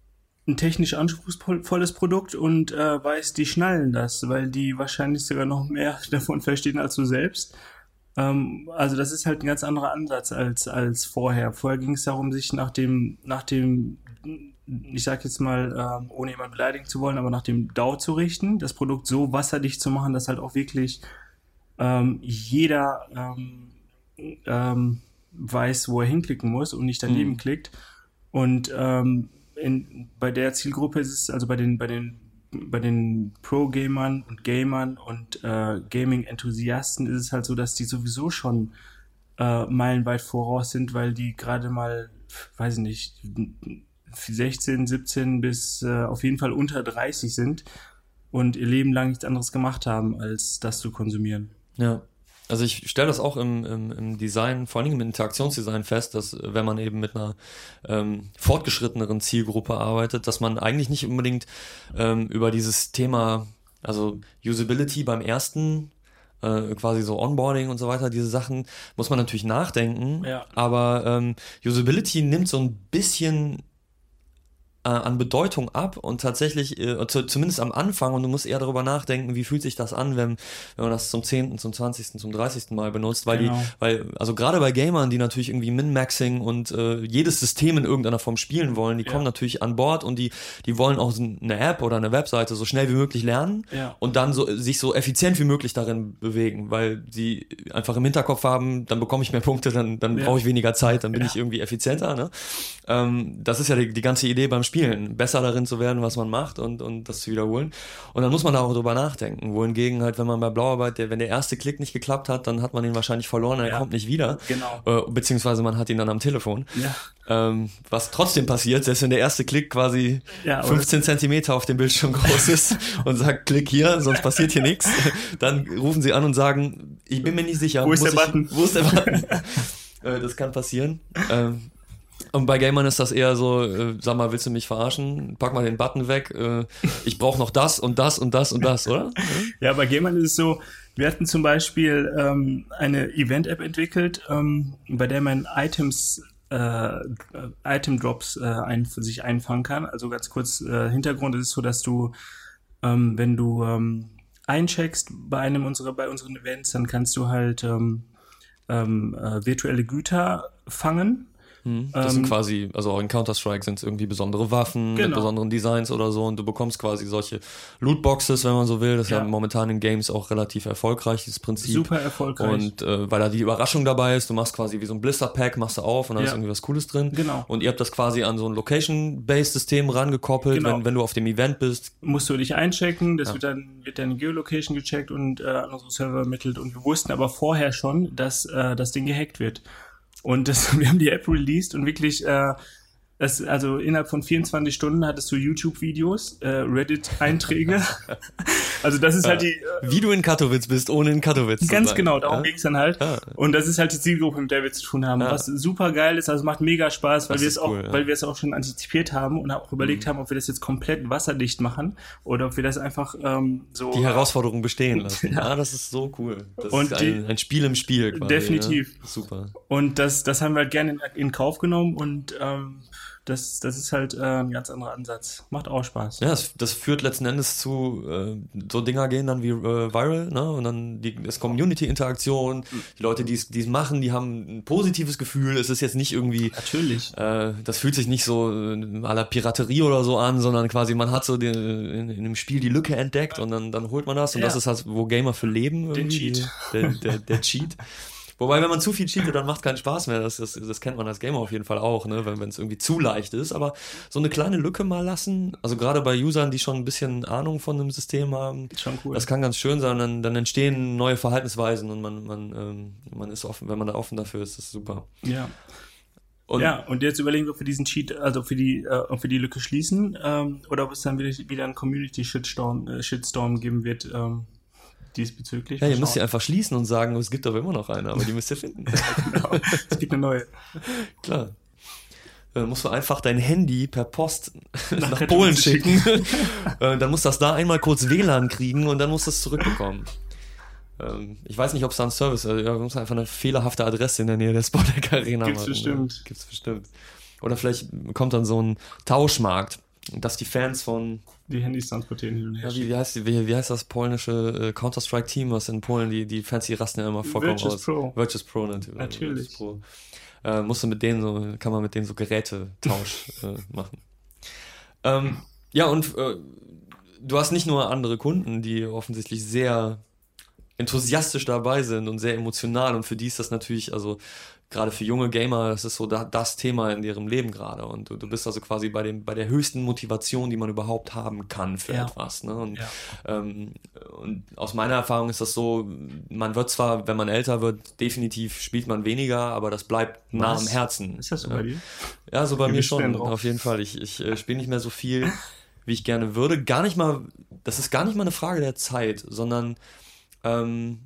ein technisch anspruchsvolles Produkt und äh, weißt, die schnallen das, weil die wahrscheinlich sogar noch mehr davon verstehen als du selbst. Ähm, also das ist halt ein ganz anderer Ansatz als als vorher. Vorher ging es darum, sich nach dem, nach dem, ich sag jetzt mal, ähm, ohne jemanden beleidigen zu wollen, aber nach dem D A O zu richten, das Produkt so wasserdicht zu machen, dass halt auch wirklich ähm, jeder ähm, ähm, weiß, wo er hinklicken muss und nicht daneben mhm. klickt. Und ähm, in, bei der Zielgruppe ist es, also bei den, bei den, bei den Pro-Gamern und Gamern und äh, Gaming-Enthusiasten ist es halt so, dass die sowieso schon äh, meilenweit voraus sind, weil die gerade mal, weiß ich nicht, sechzehn, siebzehn bis äh, auf jeden Fall unter dreißig sind und ihr Leben lang nichts anderes gemacht haben, als das zu konsumieren. Ja. Also ich stelle das auch im, im, im Design, vor allem im Interaktionsdesign fest, dass wenn man eben mit einer ähm, fortgeschritteneren Zielgruppe arbeitet, dass man eigentlich nicht unbedingt ähm, über dieses Thema, also Usability beim ersten, äh, quasi so Onboarding und so weiter, diese Sachen muss man natürlich nachdenken, ja. aber ähm, Usability nimmt so ein bisschen an Bedeutung ab und tatsächlich, äh, zu, zumindest am Anfang, und du musst eher darüber nachdenken, wie fühlt sich das an, wenn, wenn man das zum zehnten, zum zwanzigsten, zum dreißigsten Mal benutzt, weil genau. die, weil, also gerade bei Gamern, die natürlich irgendwie Min-Maxing und äh, jedes System in irgendeiner Form spielen wollen, die ja. kommen natürlich an Bord und die, die wollen auch eine App oder eine Webseite so schnell wie möglich lernen ja. und dann so, sich so effizient wie möglich darin bewegen, weil sie einfach im Hinterkopf haben, dann bekomme ich mehr Punkte, dann, dann ja. brauche ich weniger Zeit, dann bin ja. ich irgendwie effizienter, ne? Ähm, das ist ja die, die ganze Idee beim Spielen, besser darin zu werden, was man macht und, und das zu wiederholen. Und dann muss man da auch drüber nachdenken. Wohingegen halt, wenn man bei Blauarbeit, der, wenn der erste Klick nicht geklappt hat, dann hat man ihn wahrscheinlich verloren, er ja. kommt nicht wieder. Genau. Äh, beziehungsweise man hat ihn dann am Telefon. Ja. Ähm, was trotzdem passiert, selbst wenn der erste Klick quasi ja, fünfzehn Zentimeter auf dem Bildschirm groß ist und sagt, klick hier, sonst passiert hier nichts. Dann rufen sie an und sagen, ich bin mir nicht sicher. Wo ist der ich, Button? Wo ist der Button? äh, das kann passieren. Ähm, Und bei Gamern ist das eher so, äh, sag mal, willst du mich verarschen? Pack mal den Button weg. Äh, ich brauche noch das und das und das und das, oder? Ja, bei Gamern ist es so, wir hatten zum Beispiel ähm, eine Event-App entwickelt, ähm, bei der man Items, äh, Item-Drops äh, ein, für sich einfangen kann. Also ganz kurz äh, Hintergrund, es ist so, dass du, ähm, wenn du ähm, eincheckst bei einem unserer, bei unseren Events, dann kannst du halt ähm, ähm, äh, virtuelle Güter fangen. Das sind quasi, also auch in Counter-Strike sind es irgendwie besondere Waffen genau. mit besonderen Designs oder so und du bekommst quasi solche Lootboxes, wenn man so will. Das ist ja, ja momentan in Games auch relativ erfolgreich, dieses Prinzip. Super erfolgreich. Und äh, weil da die Überraschung dabei ist, du machst quasi wie so ein Blister-Pack, machst du auf und dann ja. ist irgendwie was Cooles drin. Genau. Und ihr habt das quasi an so ein Location-Based-System rangekoppelt, genau. wenn, wenn du auf dem Event bist. Musst du dich einchecken, das ja. wird dann wird deine Geolocation gecheckt und äh, an unsere Server ermittelt und wir wussten aber vorher schon, dass äh, das Ding gehackt wird. Und das, wir haben die App released und wirklich, äh, das, also innerhalb von vierundzwanzig Stunden hattest du YouTube-Videos, äh, Reddit-Einträge. Also das ist halt die... Äh, Wie du in Katowice bist, ohne in Katowice zu sein. Ganz genau, darum ja? ging es dann halt. Ja. Und das ist halt die Zielgruppe, mit der wir zu tun haben. Ja. Was super geil ist, also es macht mega Spaß, weil wir es cool, auch, ja. weil wir es auch schon antizipiert haben und auch überlegt mhm. haben, ob wir das jetzt komplett wasserdicht machen oder ob wir das einfach ähm, so... Die Herausforderung bestehen lassen. ja. ja, das ist so cool. Das und ist die, ein, ein Spiel im Spiel quasi. Definitiv. Ja? Super. Und das, das haben wir halt gerne in, in Kauf genommen und ähm, Das, das ist halt äh, ein ganz anderer Ansatz. Macht auch Spaß. Ja, das, das führt letzten Endes zu, äh, so Dinger gehen dann wie äh, viral, ne? Und dann die das Community-Interaktion, die Leute, die es machen, die haben ein positives Gefühl. Es ist jetzt nicht irgendwie... Natürlich. Äh, das fühlt sich nicht so äh, à la Piraterie oder so an, sondern quasi man hat so den, in, in dem Spiel die Lücke entdeckt und dann, dann holt man das. Und ja. das ist halt, wo Gamer für leben. Den Cheat. Der, der, der Cheat. Wobei, wenn man zu viel cheatet, dann macht es keinen Spaß mehr. Das, das, das kennt man als Gamer auf jeden Fall auch, ne? Wenn es irgendwie zu leicht ist. Aber so eine kleine Lücke mal lassen, also gerade bei Usern, die schon ein bisschen Ahnung von einem System haben, schon cool. Das kann ganz schön sein. Dann, dann entstehen neue Verhaltensweisen und man, man, ähm, man ist offen, wenn man da offen dafür ist, das ist super. Ja. Und ja, und jetzt überlegen wir, ob wir diesen Cheat, also ob wir die, äh, ob wir die Lücke schließen, ähm, oder ob es dann wieder, wieder einen Community-Shitstorm äh, Shitstorm geben wird, ähm, diesbezüglich. Ja, ihr müsst sie einfach schließen und sagen, es gibt aber immer noch eine, aber die müsst ihr finden. Genau, es gibt eine neue. Klar. Dann musst du einfach dein Handy per Post nach, nach Polen Polen schicken. schicken. Dann musst du das da einmal kurz W L A N kriegen und dann musst du es zurückbekommen. Ich weiß nicht, ob es da einen Service ist. Du musst einfach eine fehlerhafte Adresse in der Nähe der Sportec Arena Gibt's machen. bestimmt. Gibt's bestimmt. Oder vielleicht kommt dann so ein Tauschmarkt. dass die Fans von... Die Handys transportieren hin und her. Ja, wie, wie, heißt die, wie, wie heißt das polnische äh, Counter-Strike-Team, was in Polen, die, die Fans, die rasten ja immer vollkommen Virtus aus. Pro. Virtus Pro natürlich. Natürlich. Virtus Pro. Äh, musst du mit denen so, kann man mit denen so Gerätetausch äh, machen. Ähm, ja, und äh, du hast nicht nur andere Kunden, die offensichtlich sehr enthusiastisch dabei sind und sehr emotional, und für die ist das natürlich, also gerade für junge Gamer, das ist so da, das Thema in ihrem Leben gerade, und du, du bist also quasi bei dem bei der höchsten Motivation, die man überhaupt haben kann für ja. etwas, ne? Und, ja. ähm, und aus meiner Erfahrung ist das so, man wird zwar, wenn man älter wird, definitiv spielt man weniger, aber das bleibt nah am Herzen. Ist das so ja. bei dir? Ja, so bei Wie mir bist du denn schon, drauf? auf jeden Fall. Ich, ich äh, spiele nicht mehr so viel, wie ich gerne würde. Gar nicht mal, das ist gar nicht mal eine Frage der Zeit, sondern ähm,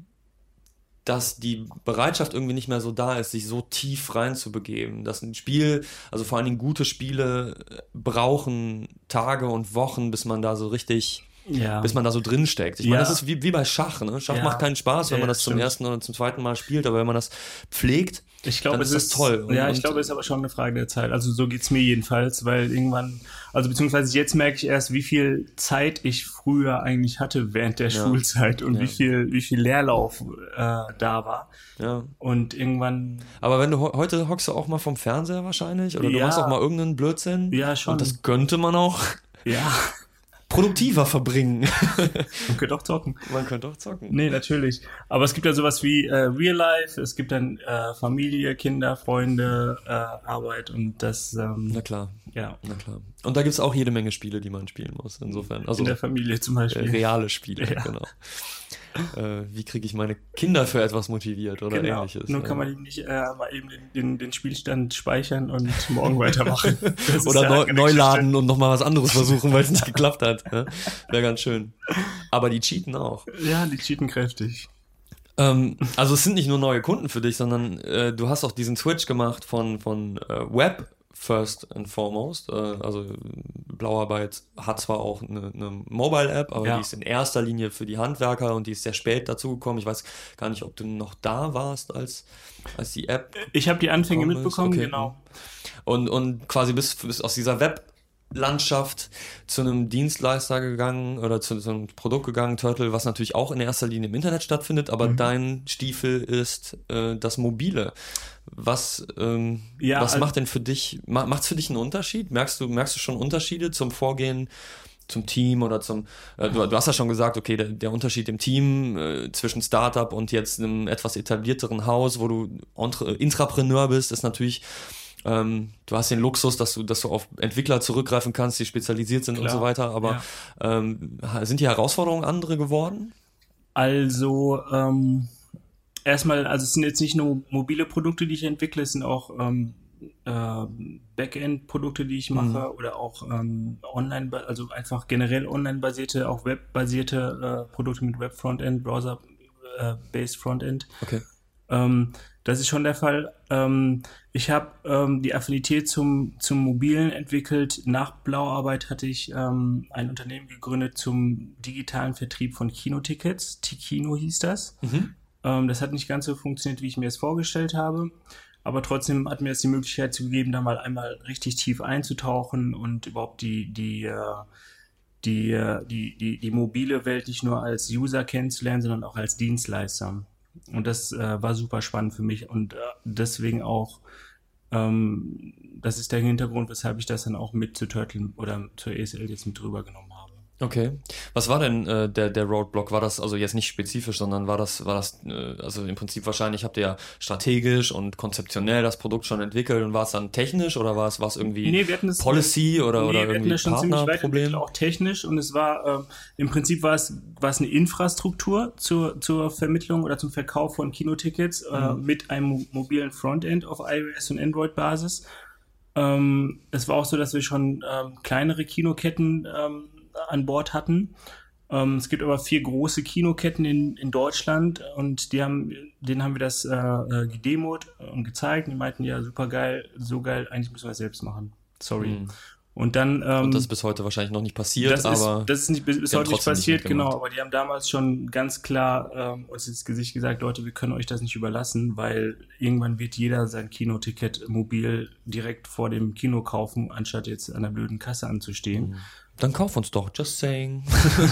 dass die Bereitschaft irgendwie nicht mehr so da ist, sich so tief reinzubegeben. Dass ein Spiel, also vor allen Dingen gute Spiele, brauchen Tage und Wochen, bis man da so richtig, Ja. bis man da so drin steckt. Ich Ja. meine, das ist wie, wie bei Schach, ne? Schach Ja. macht keinen Spaß, wenn Ja, man das zum stimmt. ersten oder zum zweiten Mal spielt, aber wenn man das pflegt, Ich glaube, dann es ist das ist toll. Und, ja, ich und, glaube, es ist aber schon eine Frage der Zeit. Also so geht's mir jedenfalls, weil irgendwann, also beziehungsweise jetzt merke ich erst, wie viel Zeit ich früher eigentlich hatte während der Ja. Schulzeit und Ja. wie viel, wie viel Leerlauf äh, da war. ja. Und irgendwann, Aber wenn du he- heute hockst du auch mal vom Fernseher wahrscheinlich, oder du Ja. machst auch mal irgendeinen Blödsinn. Ja, schon. Und das könnte man auch ja, produktiver verbringen. man könnte auch zocken. Man könnte auch zocken. Nee, natürlich. Aber es gibt ja sowas wie äh, Real Life, es gibt dann äh, Familie, Kinder, Freunde, äh, Arbeit und das, ähm, Na klar, ja, na klar. Und da gibt es auch jede Menge Spiele, die man spielen muss. Insofern, also in der Familie zum äh, Beispiel. reale Spiele, Ja. genau. Äh, wie kriege ich meine Kinder für etwas motiviert oder Genau. ähnliches? Nur ja. kann man die nicht äh, mal eben den, den, den Spielstand speichern und morgen weitermachen. Das ist Oder ja neu, keine neu Geschichte. laden und nochmal was anderes versuchen, weil es nicht geklappt hat. Ja? Wäre ganz schön. Aber die cheaten auch. Ja, die cheaten kräftig. Ähm, also es sind nicht nur neue Kunden für dich, sondern äh, du hast auch diesen Switch gemacht von, von äh, Web first and foremost. Äh, also Blauarbeit hat zwar auch eine, eine Mobile-App, aber Ja. die ist in erster Linie für die Handwerker und die ist sehr spät dazugekommen. Ich weiß gar nicht, ob du noch da warst, als, als die App Ich habe die Anfänge gekommen ist. mitbekommen, Okay. genau. Und, und quasi bist, bist aus dieser Weblandschaft zu einem Dienstleister gegangen oder zu so einem Produkt gegangen, Turtle, was natürlich auch in erster Linie im Internet stattfindet, aber Mhm. dein Stiefel ist äh, das Mobile. Was, ähm, Ja, was also- macht denn für dich, ma, macht's für dich einen Unterschied? Merkst du, merkst du schon Unterschiede zum Vorgehen, zum Team oder zum, äh, du, du hast ja schon gesagt, okay, der, der Unterschied im Team äh, zwischen Startup und jetzt einem etwas etablierteren Haus, wo du Entre, Intrapreneur bist, ist natürlich, ähm, du hast den Luxus, dass du, dass du auf Entwickler zurückgreifen kannst, die spezialisiert sind und Klar, so weiter, aber ähm, sind die Herausforderungen andere geworden? Also, ähm, erstmal, also es sind jetzt nicht nur mobile Produkte, die ich entwickle, es sind auch ähm, äh, Backend-Produkte, die ich mache oder auch ähm, online, ba- also einfach generell online-basierte, auch webbasierte äh, Produkte mit Web-Frontend, Browser-based Frontend. Okay. Ähm, das ist schon der Fall. Ähm, ich habe ähm, die Affinität zum, zum Mobilen entwickelt. Nach Blauarbeit hatte ich ähm, ein Unternehmen gegründet zum digitalen Vertrieb von Kinotickets. Tikino hieß das. Mhm. Ähm, das hat nicht ganz so funktioniert, wie ich mir es vorgestellt habe. Aber trotzdem hat mir es die Möglichkeit gegeben, da mal einmal richtig tief einzutauchen und überhaupt die, die, äh, die, äh, die, die, die mobile Welt nicht nur als User kennenzulernen, sondern auch als Dienstleister. Und das äh, war super spannend für mich und äh, deswegen auch, ähm, das ist der Hintergrund, weshalb ich das dann auch mit zu Turtle oder zur E S L jetzt mit rübergenommen habe. Okay. Was war denn äh, der, der Roadblock? War das also jetzt nicht spezifisch, sondern war das, war das, äh, also im Prinzip wahrscheinlich habt ihr ja strategisch und konzeptionell das Produkt schon entwickelt und war es dann technisch oder war es, war es irgendwie Nee, wir hatten das, Policy oder, nee, oder wir hatten irgendwie das schon ziemlich weit Partnerproblem? entwickelt, auch technisch und es war, ähm, im Prinzip war es, war es eine Infrastruktur zur, zur Vermittlung oder zum Verkauf von Kinotickets äh, mit einem mo- mobilen Frontend auf iOS und Android-Basis. Ähm, es war auch so, dass wir schon ähm, kleinere Kinoketten ähm, an Bord hatten. Ähm, es gibt aber vier große Kinoketten in, in Deutschland und die haben, denen haben wir das äh, äh, gedemot und gezeigt. Die meinten, ja, super geil, so geil, eigentlich müssen wir es selbst machen. Sorry. Mhm. Und dann. Ähm, und das ist bis heute wahrscheinlich noch nicht passiert, das aber. Ist, das ist nicht, bis, bis heute nicht passiert, genau. Aber die haben damals schon ganz klar ähm, uns ins Gesicht gesagt, Leute, wir können euch das nicht überlassen, weil irgendwann wird jeder sein Kinoticket mobil direkt vor dem Kino kaufen, anstatt jetzt an der blöden Kasse anzustehen. Dann kauf uns doch, just saying.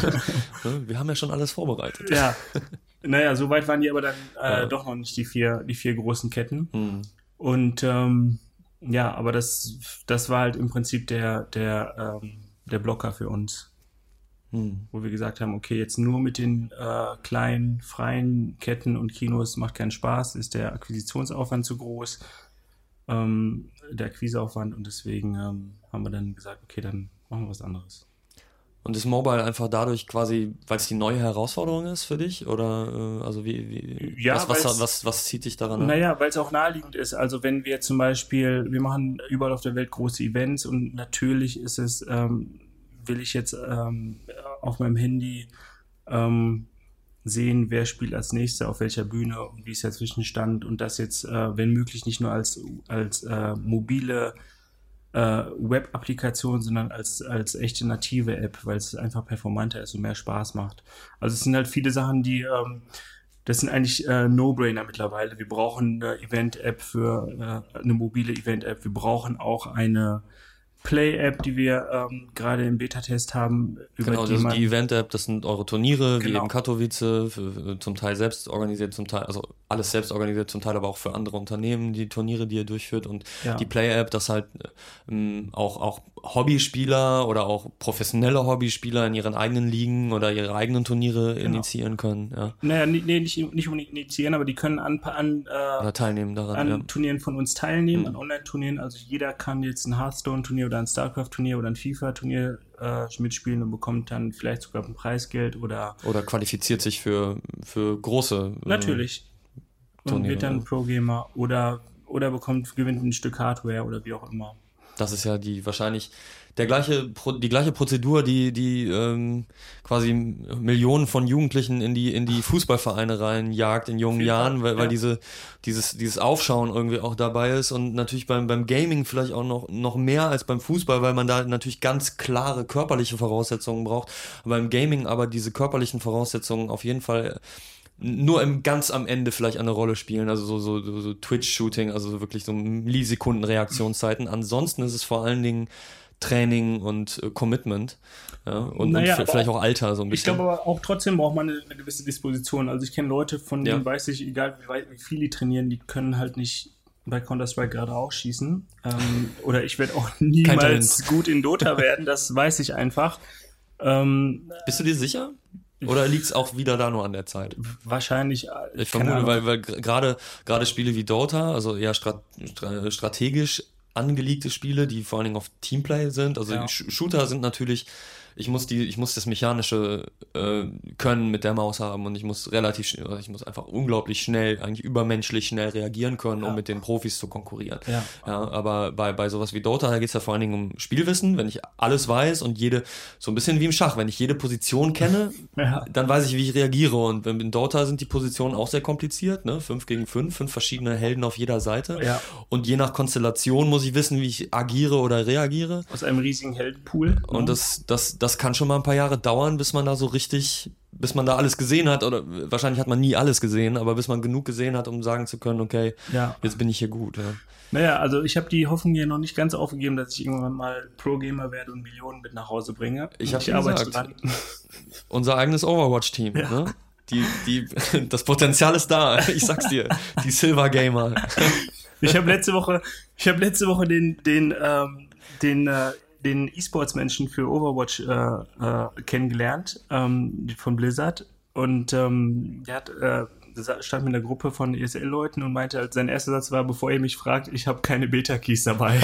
Wir haben ja schon alles vorbereitet. Ja. Naja, so weit waren die aber dann äh, ja. doch noch nicht, die vier, die vier großen Ketten. Mhm. Und ähm, ja, aber das, das war halt im Prinzip der, der, ähm, der Blocker für uns. Hm. Wo wir gesagt haben, okay, jetzt nur mit den äh, kleinen, freien Ketten und Kinos macht keinen Spaß, ist der Akquisitionsaufwand zu groß, ähm, der Akquiseaufwand, und deswegen ähm, haben wir dann gesagt, okay, dann machen wir was anderes. Und ist Mobile einfach dadurch quasi, weil es die neue Herausforderung ist für dich? Oder äh, also wie, wie ja, was, was, was, was zieht dich daran an? Naja, weil es auch naheliegend ist. Also wenn wir zum Beispiel, wir machen überall auf der Welt große Events, und natürlich ist es, ähm, will ich jetzt ähm, auf meinem Handy ähm, sehen, wer spielt als Nächster auf welcher Bühne und wie ist der Zwischenstand, und das jetzt, äh, wenn möglich, nicht nur als, als äh, mobile Äh, Web-Applikation, sondern als, als echte native App, weil es einfach performanter ist und mehr Spaß macht. Also es sind halt viele Sachen, die, ähm, das sind eigentlich äh, No-Brainer mittlerweile. Wir brauchen eine Event-App für äh, eine mobile Event-App. Wir brauchen auch eine Play-App, die wir ähm, gerade im Beta-Test haben. Über genau, die, das man, die Event-App, das sind eure Turniere, genau. wie eben Katowice, für, zum Teil selbst organisiert, zum Teil, also alles selbst organisiert, zum Teil aber auch für andere Unternehmen, die Turniere, die ihr durchführt, und ja. die Play-App, das halt ähm, auch, auch Hobbyspieler oder auch professionelle Hobbyspieler in ihren eigenen Ligen oder ihre eigenen Turniere genau. initiieren können. Ja. Naja, nee, nicht, nicht unbedingt initiieren, aber die können an, an, äh, oder teilnehmen daran, an ja. Turnieren von uns teilnehmen, mhm. an Online-Turnieren. Also jeder kann jetzt ein Hearthstone-Turnier oder ein StarCraft-Turnier oder ein FIFA-Turnier äh, mitspielen und bekommt dann vielleicht sogar ein Preisgeld oder... Oder qualifiziert sich für, für große... Äh, Natürlich. Und Turniere, wird dann ja. Pro-Gamer oder, oder bekommt, gewinnt ein Stück Hardware oder wie auch immer. Das ist ja die wahrscheinlich der gleiche, die gleiche Prozedur, die, die ähm, quasi Millionen von Jugendlichen in die, in die Fußballvereine reinjagt in jungen Jahren, weil, weil ja. diese, dieses, dieses Aufschauen irgendwie auch dabei ist, und natürlich beim, beim Gaming vielleicht auch noch, noch mehr als beim Fußball, weil man da natürlich ganz klare körperliche Voraussetzungen braucht. Beim Gaming aber diese körperlichen Voraussetzungen auf jeden Fall nur im ganz am Ende vielleicht eine Rolle spielen, also so, so, so, so Twitch-Shooting, also wirklich so Millisekunden-Reaktionszeiten. Ansonsten ist es vor allen Dingen Training und äh, Commitment, ja, und, naja, und f- vielleicht auch Alter so ein bisschen. Ich glaube aber auch trotzdem braucht man eine, eine gewisse Disposition. Also ich kenne Leute, von denen ja. weiß ich, egal wie, weit, wie viel die trainieren, die können halt nicht bei Counter-Strike gerade auch schießen. Ähm, oder ich werde auch niemals gut in Dota werden, das weiß ich einfach. Ähm, Bist du dir sicher? Oder liegt es auch wieder da nur an der Zeit? Wahrscheinlich. Ich vermute, weil, weil gerade gerade Spiele wie Dota, also eher strat, strategisch angelegte Spiele, die vor allen Dingen auf Teamplay sind. Also ja. Shooter sind natürlich, ich muss die, ich muss das mechanische äh, Können mit der Maus haben, und ich muss relativ, ich muss einfach unglaublich schnell, eigentlich übermenschlich schnell reagieren können, ja. um mit den Profis zu konkurrieren. Ja. Ja, aber bei bei sowas wie Dota, da geht es ja vor allen Dingen um Spielwissen. Wenn ich alles weiß und jede, so ein bisschen wie im Schach, wenn ich jede Position kenne, ja. dann weiß ich, wie ich reagiere. Und in Dota sind die Positionen auch sehr kompliziert, ne? Fünf gegen fünf, fünf verschiedene Helden auf jeder Seite. Ja. Und je nach Konstellation muss ich wissen, wie ich agiere oder reagiere. Aus einem riesigen Heldenpool. Und das, das, das kann schon mal ein paar Jahre dauern, bis man da so richtig, bis man da alles gesehen hat, oder wahrscheinlich hat man nie alles gesehen, aber bis man genug gesehen hat, um sagen zu können, okay, ja. jetzt bin ich hier gut. Ja. Naja, also ich habe die Hoffnung hier noch nicht ganz aufgegeben, dass ich irgendwann mal Pro-Gamer werde und Millionen mit nach Hause bringe. Ich habe gesagt, dran. Unser eigenes Overwatch-Team, ja. ne? Die, die, das Potenzial ist da, ich sag's dir, die Silver Gamer. Ich habe letzte Woche, ich habe letzte Woche den, den, ähm, den, äh, den E-Sports-Menschen für Overwatch äh, äh, kennengelernt, ähm, von Blizzard, und ähm, der hat, äh, stand mit einer Gruppe von E S L-Leuten und meinte, halt, sein erster Satz war, bevor ihr mich fragt, ich habe keine Beta-Keys dabei.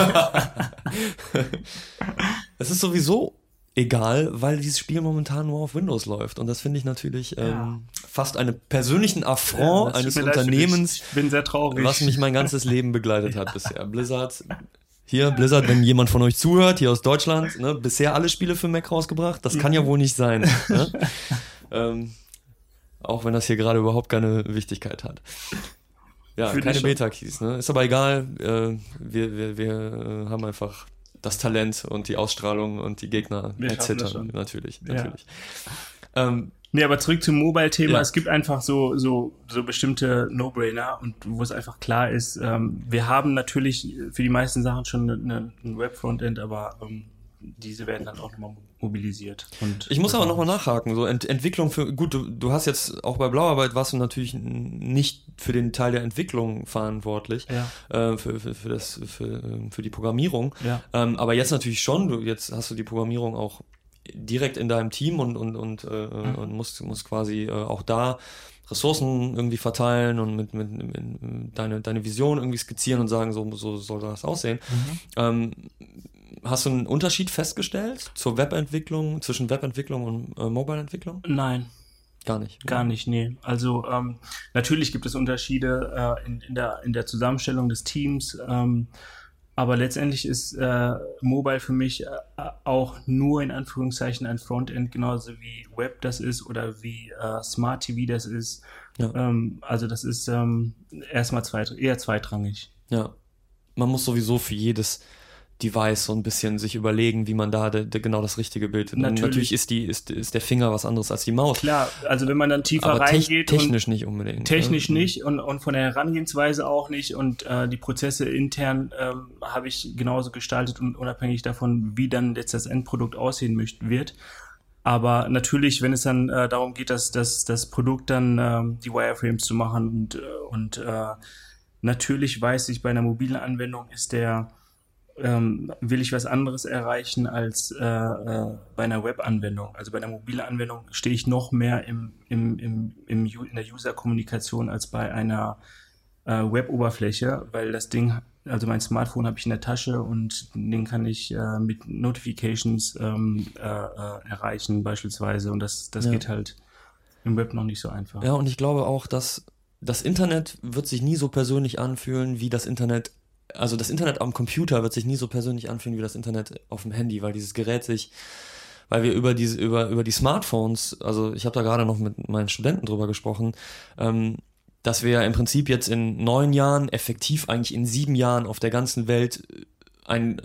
Das ist sowieso egal, weil dieses Spiel momentan nur auf Windows läuft, und das finde ich natürlich ähm, ja. fast einen persönlichen Affront ja, eines Unternehmens, ich bin sehr traurig, was mich mein ganzes Leben begleitet hat bisher. Blizzard, hier, Blizzard, wenn jemand von euch zuhört, hier aus Deutschland, ne, bisher alle Spiele für Mac rausgebracht, das kann ja wohl nicht sein. Ne? ähm, auch wenn das hier gerade überhaupt keine Wichtigkeit hat. Ja, Für keine Beta-Keys, ne? Ist aber egal, äh, wir, wir, wir äh, haben einfach das Talent und die Ausstrahlung und die Gegner Wir schaffen das erzittern. schon. Natürlich, Ja. natürlich. Ähm, Nee, aber zurück zum Mobile-Thema. Ja. Es gibt einfach so, so, so bestimmte No-Brainer und wo es einfach klar ist, ähm, wir haben natürlich für die meisten Sachen schon eine, ein Web-Frontend, aber ähm, diese werden dann auch nochmal mobilisiert. Und Ich muss aber nochmal nachhaken. So Ent- Entwicklung für, gut, du, du hast jetzt auch bei Blauarbeit warst du natürlich n- nicht für den Teil der Entwicklung verantwortlich, Ja. äh, für, für, für, das, für, für die Programmierung. Ja. Ähm, aber jetzt natürlich schon, du, jetzt hast du die Programmierung auch direkt in deinem Team und, und, und, äh, Mhm. und musst, musst quasi äh, auch da Ressourcen irgendwie verteilen und mit, mit, mit deine, deine Vision irgendwie skizzieren und sagen, so, so soll das aussehen. Mhm. Ähm, hast du einen Unterschied festgestellt zur Webentwicklung, zwischen Webentwicklung und äh, Mobile-Entwicklung? Nein. Gar nicht. Gar nicht, nee. Also ähm, natürlich gibt es Unterschiede äh, in, in, der, in der Zusammenstellung des Teams, ähm, aber letztendlich ist äh, Mobile für mich äh, auch nur in Anführungszeichen ein Frontend, genauso wie Web das ist oder wie äh, Smart T V das ist. Ja. Ähm, also das ist ähm, erstmal zweit, eher zweitrangig. Ja. Man muss sowieso für jedes Device so ein bisschen sich überlegen, wie man da de, de genau das richtige Bild. Natürlich. Natürlich ist die ist, ist der Finger was anderes als die Maus. Klar, also wenn man dann tiefer aber tech, reingeht technisch nicht unbedingt. Technisch ja. nicht und, und von der Herangehensweise auch nicht und äh, die Prozesse intern ähm, habe ich genauso gestaltet und unabhängig davon, wie dann jetzt das Endprodukt aussehen möcht, wird. Aber natürlich, wenn es dann äh, darum geht, dass, dass das Produkt dann ähm, die Wireframes zu machen und, äh, und äh, natürlich weiß ich, bei einer mobilen Anwendung ist der Ähm, will ich was anderes erreichen als äh, äh, bei einer Web-Anwendung. Also bei einer mobilen Anwendung stehe ich noch mehr im, im, im, im, in der User-Kommunikation als bei einer äh, Web-Oberfläche, weil das Ding, also mein Smartphone habe ich in der Tasche und den kann ich äh, mit Notifications ähm, äh, äh, erreichen beispielsweise und das, das Ja. geht halt im Web noch nicht so einfach. Ja, und ich glaube auch, dass das Internet wird sich nie so persönlich anfühlen wie das Internet. Also das Internet am Computer wird sich nie so persönlich anfühlen wie das Internet auf dem Handy, weil dieses Gerät sich, weil wir über diese über über die Smartphones, also ich habe da gerade noch mit meinen Studenten drüber gesprochen, ähm, dass wir im Prinzip jetzt in neun Jahren, effektiv eigentlich in sieben Jahren auf der ganzen Welt ein,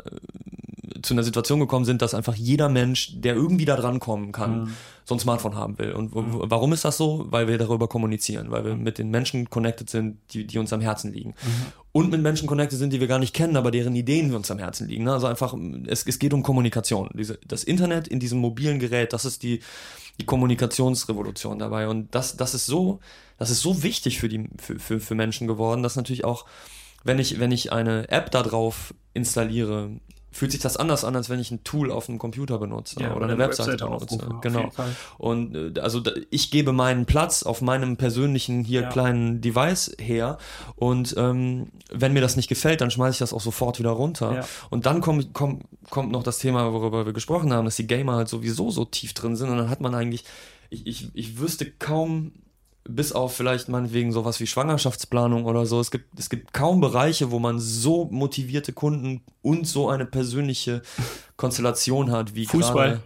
äh, zu einer Situation gekommen sind, dass einfach jeder Mensch, der irgendwie da dran kommen kann, Mhm. so ein Smartphone haben will. Und w- w- warum ist das so? Weil wir darüber kommunizieren, weil wir mit den Menschen connected sind, die, die uns am Herzen liegen. Mhm. Und mit Menschen connected sind, die wir gar nicht kennen, aber deren Ideen uns am Herzen liegen. Ne? Also einfach, es, es geht um Kommunikation. Diese, das Internet in diesem mobilen Gerät, das ist die, die Kommunikationsrevolution dabei. Und das, das ist so, das ist so wichtig für die, für, für, für Menschen geworden, dass natürlich auch, wenn ich, wenn ich eine App da drauf installiere, fühlt sich das anders an, als wenn ich ein Tool auf einem Computer benutze Ja, oder eine Webseite, Webseite benutze. aufrufen, auf Genau. jeden Fall. Und äh, also da, ich gebe meinen Platz auf meinem persönlichen hier Ja. kleinen Device her und ähm, wenn mir das nicht gefällt, dann schmeiße ich das auch sofort wieder runter. Ja. Und dann kommt komm, kommt noch das Thema, worüber wir gesprochen haben, dass die Gamer halt sowieso so tief drin sind und dann hat man eigentlich, ich, ich, ich wüsste kaum, bis auf vielleicht meinetwegen sowas wie Schwangerschaftsplanung oder so. Es gibt, es gibt kaum Bereiche, wo man so motivierte Kunden und so eine persönliche Konstellation hat wie Fußball. gerade.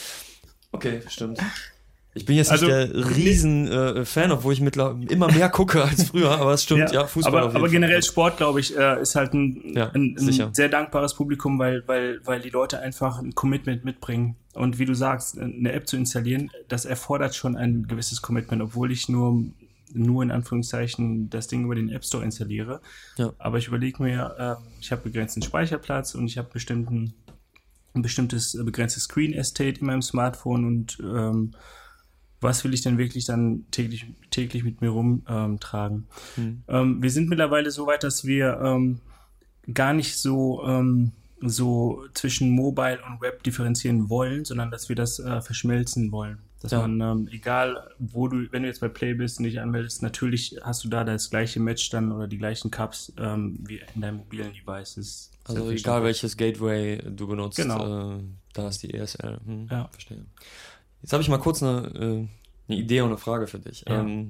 Okay, stimmt. Ich bin jetzt Also- nicht der riesen äh, Fan, obwohl ich mittlerweile immer mehr gucke als früher, aber es stimmt, ja, Fußball aber, auf jeden aber Fall. generell Sport, glaube ich, äh, ist halt ein, Ja, ein, sicher. ein sehr dankbares Publikum, weil, weil, weil die Leute einfach ein Commitment mitbringen. Und wie du sagst, eine App zu installieren, das erfordert schon ein gewisses Commitment, obwohl ich nur, nur in Anführungszeichen das Ding über den App Store installiere. Ja. Aber ich überlege mir, äh, ich habe begrenzten Speicherplatz und ich habe bestimmten, ein bestimmtes äh, begrenztes Screen Estate in meinem Smartphone und ähm, was will ich denn wirklich dann täglich, täglich mit mir rumtragen? Ähm, tragen? Hm. ähm, wir sind mittlerweile so weit, dass wir ähm, gar nicht so, ähm, so zwischen Mobile und Web differenzieren wollen, sondern dass wir das äh, verschmelzen wollen. Dass Ja. man, ähm, egal wo du, wenn du jetzt bei Play bist und dich anmeldest, natürlich hast du da das gleiche Match dann oder die gleichen Cups ähm, wie in deinen mobilen Devices. Also egal welches Gateway du benutzt, Genau. äh, da ist die E S L. Hm, Ja. Verstehe. Jetzt habe ich mal kurz eine, äh, eine Idee und eine Frage für dich. Ja. Ähm,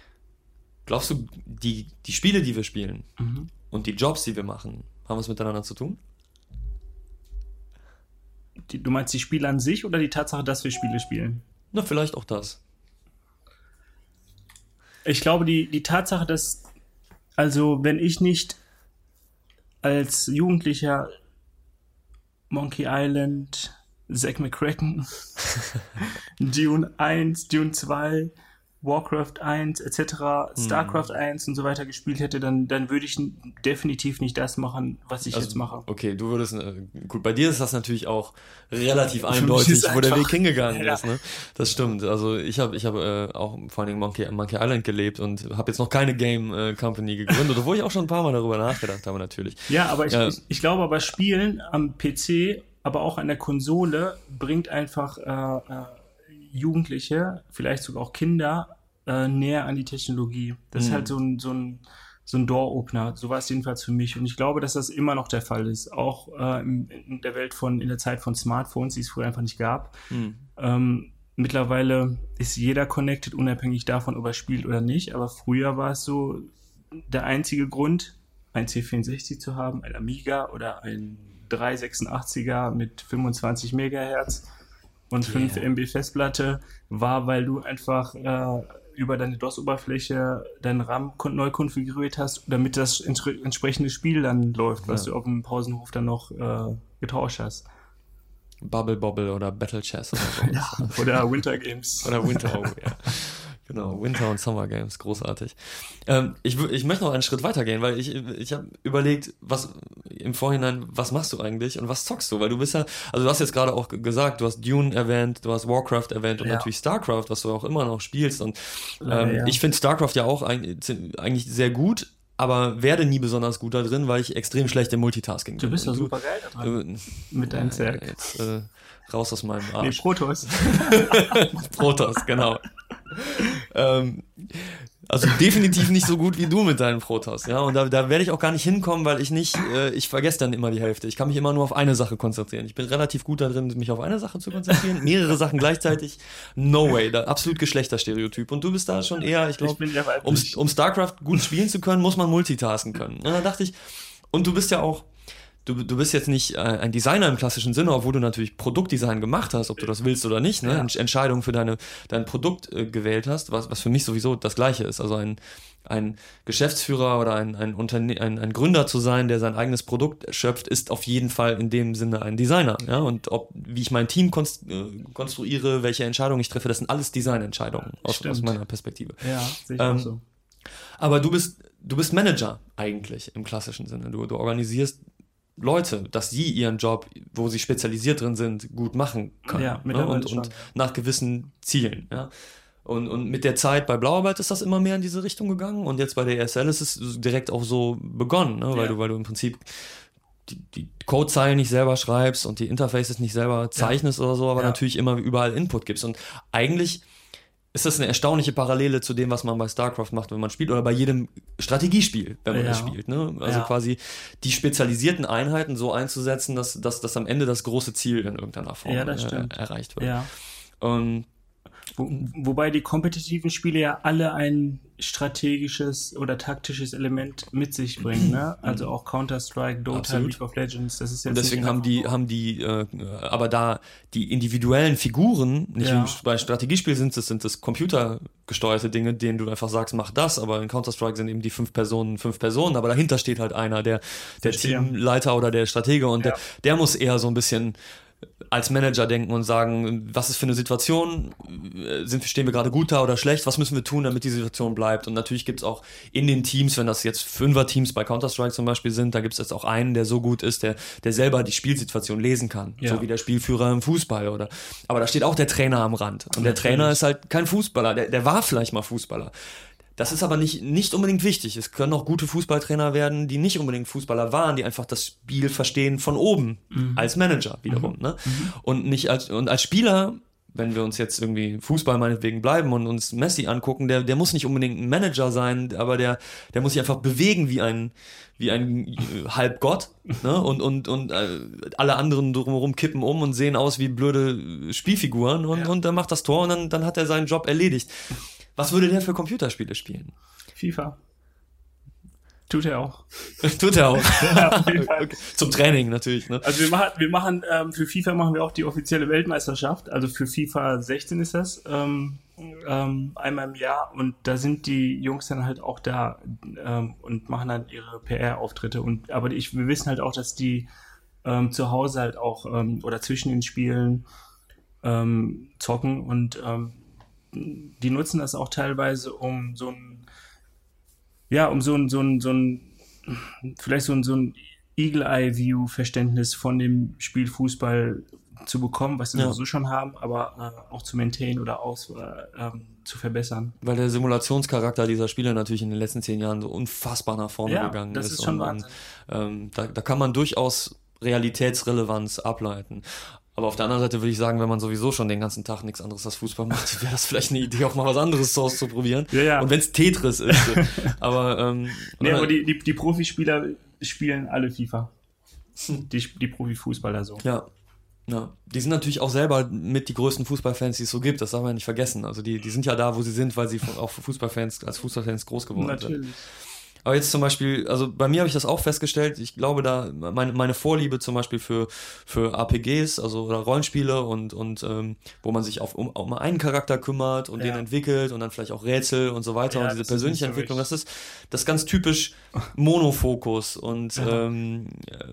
glaubst du, die, die Spiele, die wir spielen Mhm. und die Jobs, die wir machen, haben was miteinander zu tun? Die, du meinst die Spiele an sich oder die Tatsache, dass wir Spiele spielen? Na, vielleicht auch das. Ich glaube, die, die Tatsache, dass, also wenn ich nicht als Jugendlicher Monkey Island, Zack McCracken, Dune eins, Dune zwei, Warcraft eins et cetera, StarCraft eins und so weiter gespielt hätte, dann, dann würde ich definitiv nicht das machen, was ich also, jetzt mache. Okay, du würdest, gut, bei dir ist das natürlich auch relativ eindeutig, wo der Weg hingegangen ja. ist, ne? Das stimmt, also ich habe ich hab, äh, auch vor allen Dingen Monkey, Monkey Island gelebt und habe jetzt noch keine Game äh, Company gegründet, obwohl ich auch schon ein paar Mal darüber nachgedacht habe, natürlich. Ja, aber ich, ja. ich, ich glaube aber Spielen am P C, aber auch an der Konsole bringt einfach äh, äh, Jugendliche, vielleicht sogar auch Kinder, äh, näher an die Technologie. Das mhm. ist halt so ein, so ein, so ein Door-Opener. So war es jedenfalls für mich. Und ich glaube, dass das immer noch der Fall ist. Auch äh, in, in der Welt von, in der Zeit von Smartphones, die es früher einfach nicht gab. Mhm. Ähm, mittlerweile ist jeder connected, unabhängig davon, ob er spielt oder nicht. Aber früher war es so der einzige Grund, ein C vierundsechzig zu haben, ein Amiga oder ein dreihundertsechsundachtziger mit fünfundzwanzig Megahertz und yeah. fünf Megabyte Festplatte, war, weil du einfach äh, über deine DOS-Oberfläche deinen RAM neu konfiguriert hast, damit das ents- entsprechende Spiel dann läuft, was ja. du auf dem Pausenhof dann noch äh, getauscht hast. Bubble Bobble oder Battle Chess oder so. Ja, oder Winter Games. Oder Winter, oh, ja. Genau, Winter und Summer Games, großartig. Ähm, ich, ich möchte noch einen Schritt weitergehen, weil ich, ich habe überlegt, was im Vorhinein, was machst du eigentlich und was zockst du? Weil du bist ja, also du hast jetzt gerade auch gesagt, du hast Dune erwähnt, du hast Warcraft erwähnt und ja. natürlich StarCraft, was du auch immer noch spielst. Und ähm, ja, ja. ich finde StarCraft ja auch eigentlich, eigentlich sehr gut, aber werde nie besonders gut da drin, weil ich extrem schlecht im Multitasking bin. Du bist doch super geil da drin. Du, mit deinem Zerg. Jetzt äh, raus aus meinem Arsch. Nee, Protoss. Protoss, genau. ähm, also definitiv nicht so gut wie du mit deinem Protoss, ja, und da, da werde ich auch gar nicht hinkommen, weil ich nicht, äh, ich vergesse dann immer die Hälfte. Ich kann mich immer nur auf eine Sache konzentrieren. Ich bin relativ gut da drin, mich auf eine Sache zu konzentrieren. Mehrere Sachen gleichzeitig, no way, da absolut Geschlechterstereotyp. Und du bist da schon eher, ich glaube, um, um StarCraft gut spielen zu können, muss man multitasken können. Und da dachte ich, und du bist ja auch, Du, du bist jetzt nicht äh, ein Designer im klassischen Sinne, obwohl du natürlich Produktdesign gemacht hast, ob du das willst oder nicht, ne? Ja. Entscheidungen für deine, dein Produkt äh, gewählt hast, was, was für mich sowieso das Gleiche ist. Also ein, ein Geschäftsführer oder ein, ein, Unterne- ein, ein Gründer zu sein, der sein eigenes Produkt schöpft, ist auf jeden Fall in dem Sinne ein Designer. Ja? Und ob, wie ich mein Team konst, äh, konstruiere, welche Entscheidungen ich treffe, das sind alles Designentscheidungen aus, aus meiner Perspektive. Ja, sehe ich ähm, auch so. Aber du bist, du bist Manager eigentlich im klassischen Sinne. Du, du organisierst Leute, dass sie ihren Job, wo sie spezialisiert drin sind, gut machen können. Ja, ne? und, und schon, nach gewissen Zielen. Ja? Und, und mit der Zeit bei Blauarbeit ist das immer mehr in diese Richtung gegangen und jetzt bei der E S L ist es direkt auch so begonnen, ne? weil, ja. du, weil du im Prinzip die, die Codezeilen nicht selber schreibst und die Interfaces nicht selber zeichnest ja. oder so, aber ja. natürlich immer überall Input gibst. Und eigentlich ist das eine erstaunliche Parallele zu dem, was man bei StarCraft macht, wenn man spielt, oder bei jedem Strategiespiel, wenn man ja. das spielt. Ne? Also ja. quasi die spezialisierten Einheiten so einzusetzen, dass, dass, dass am Ende das große Ziel in irgendeiner Form ja, äh, erreicht wird. Ja. Und Wo, wobei die kompetitiven Spiele ja alle ein strategisches oder taktisches Element mit sich bringen, ne? Also auch Counter-Strike, Dota, Absolut. League of Legends, das ist jetzt und deswegen haben die, haben die, äh, aber da die individuellen Figuren, nicht ja. wie bei Strategiespielen sind das, sind das computergesteuerte Dinge, denen du einfach sagst, mach das, aber in Counter-Strike sind eben die fünf Personen, fünf Personen, aber dahinter steht halt einer, der, der Teamleiter oder der Stratege und ja. der, der muss eher so ein bisschen als Manager denken und sagen, was ist für eine Situation, sind, stehen wir gerade gut da oder schlecht, was müssen wir tun, damit die Situation bleibt. Und natürlich gibt es auch in den Teams, wenn das jetzt Fünfer-Teams bei Counter-Strike zum Beispiel sind, da gibt es jetzt auch einen, der so gut ist, der, der selber die Spielsituation lesen kann, ja. so wie der Spielführer im Fußball. Oder. Aber da steht auch der Trainer am Rand. Und der Natürlich. Trainer ist halt kein Fußballer, der, der war vielleicht mal Fußballer. Das ist aber nicht, nicht unbedingt wichtig. Es können auch gute Fußballtrainer werden, die nicht unbedingt Fußballer waren, die einfach das Spiel verstehen von oben, mhm. als Manager wiederum. Mhm. Ne? Mhm. Und nicht als, und als Spieler, wenn wir uns jetzt irgendwie Fußball meinetwegen bleiben und uns Messi angucken, der, der muss nicht unbedingt ein Manager sein, aber der, der muss sich einfach bewegen wie ein, wie ein Halbgott, ne? Und, und, und äh, alle anderen drumherum kippen um und sehen aus wie blöde Spielfiguren und, ja. und er macht das Tor und dann, dann hat er seinen Job erledigt. Was würde der für Computerspiele spielen? FIFA. Tut er auch. Tut er auch. Ja, auf jeden Fall. Okay. Zum Training natürlich. Ne? Also wir machen, wir machen ähm, für FIFA machen wir auch die offizielle Weltmeisterschaft. Also für FIFA sechzehn ist das ähm, ähm, einmal im Jahr und da sind die Jungs dann halt auch da ähm, und machen dann ihre P R-Auftritte. Und aber ich, wir wissen halt auch, dass die ähm, zu Hause halt auch ähm, oder zwischen den Spielen ähm, zocken und ähm, die nutzen das auch teilweise, um so ein, ja, um so ein, so ein, so ein, vielleicht so ein, so ein Eagle-Eye-View-Verständnis von dem Spiel Fußball zu bekommen, was sie ja. sowieso schon haben, aber äh, auch zu maintainen oder aus, äh, ähm, zu verbessern. Weil der Simulationscharakter dieser Spiele natürlich in den letzten zehn Jahren so unfassbar nach vorne ja, gegangen das ist. ist schon und, Wahnsinn. Und, ähm, da, da kann man durchaus Realitätsrelevanz ableiten. Aber auf der anderen Seite würde ich sagen, wenn man sowieso schon den ganzen Tag nichts anderes als Fußball macht, wäre das vielleicht eine Idee, auch mal was anderes auszuprobieren. Ja, ja. Und wenn es Tetris ist. aber ähm, nee, aber die, die, die Profispieler spielen alle FIFA. Die, die Profifußballer so. Ja. Ja, die sind natürlich auch selber mit die größten Fußballfans, die es so gibt, das darf man ja nicht vergessen. Also die, die sind ja da, wo sie sind, weil sie auch Fußballfans, als Fußballfans groß geworden natürlich. sind. Aber jetzt zum Beispiel, also bei mir habe ich das auch festgestellt, ich glaube da, meine, meine Vorliebe zum Beispiel für, für R P Gs, also oder Rollenspiele und, und ähm, wo man sich auf, um, um einen Charakter kümmert und ja. den entwickelt und dann vielleicht auch Rätsel und so weiter ja, und diese persönliche Entwicklung, das ist das ist ganz typisch Monofokus und ja. ähm,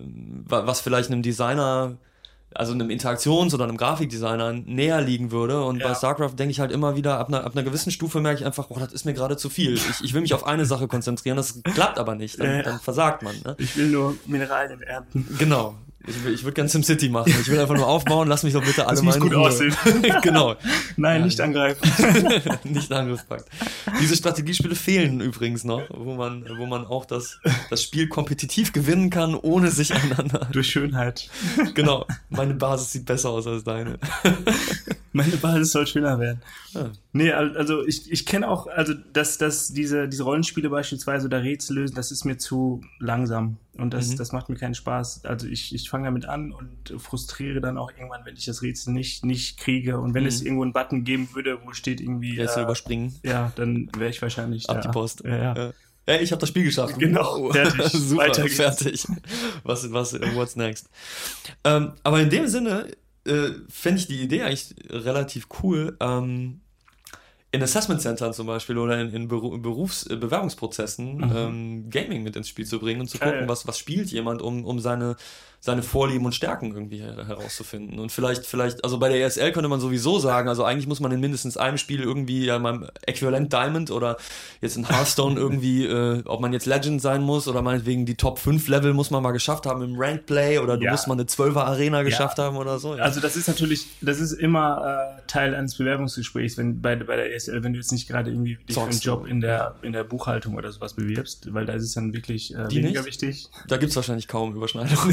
was vielleicht einem Designer, also einem Interaktions- oder einem Grafikdesigner näher liegen würde. Und ja. bei StarCraft denke ich halt immer wieder, ab einer, ab einer gewissen Stufe merke ich einfach, oh, das ist mir gerade zu viel. Ich, ich will mich auf eine Sache konzentrieren, das klappt aber nicht. Dann, ja. dann versagt man. Ne? Ich will nur Mineralien ernten. Genau. Ich, will, ich würde gerne SimCity machen. Ich will einfach nur aufbauen, lass mich doch bitte alle das muss gut Ruhe. aussehen. Genau. Nein, ja, nicht angreifen. Nicht Angriffspakt. Diese Strategiespiele fehlen übrigens noch, wo man, wo man auch das, das Spiel kompetitiv gewinnen kann, ohne sich einander... Durch Schönheit. Genau. Meine Basis sieht besser aus als deine. Meine Basis soll schöner werden. Ja. Nee, also ich, ich kenne auch, also dass, dass diese, diese Rollenspiele beispielsweise oder Rätsel lösen, das ist mir zu langsam. Und das, mhm. das macht mir keinen Spaß. Also ich, ich fange damit an und frustriere dann auch irgendwann, wenn ich das Rätsel nicht, nicht kriege. Und wenn mhm. es irgendwo einen Button geben würde, wo steht irgendwie... Rätsel äh, überspringen. Ja, dann wäre ich wahrscheinlich ab die Post. Ja, ja. ja. Hey, ich habe das Spiel geschafft. Genau, fertig. Super, weiter fertig. Was, was, what's next? Ähm, aber in dem Sinne äh, fände ich die Idee eigentlich relativ cool, ähm, in Assessment Centern zum Beispiel oder in, in Beru- Berufs-, äh, Bewerbungsprozessen mhm. ähm, Gaming mit ins Spiel zu bringen und zu Geil. gucken, was, was spielt jemand, um, um seine, seine Vorlieben und Stärken irgendwie her- herauszufinden. Und vielleicht, vielleicht, also bei der E S L könnte man sowieso sagen, also eigentlich muss man in mindestens einem Spiel irgendwie, ja, meinem Äquivalent Diamond oder jetzt in Hearthstone irgendwie, äh, ob man jetzt Legend sein muss oder meinetwegen die Top fünf Level muss man mal geschafft haben im Ranked Play oder du ja. musst mal eine zwölfer Arena geschafft ja. haben oder so. Ja. Also das ist natürlich, das ist immer äh, Teil eines Bewerbungsgesprächs, wenn bei, bei der E S L, wenn du jetzt nicht gerade irgendwie dich für einen Job in der, in der Buchhaltung oder sowas bewirbst, weil da ist es dann wirklich äh, weniger nicht? wichtig. Da gibt es wahrscheinlich kaum Überschneidungen.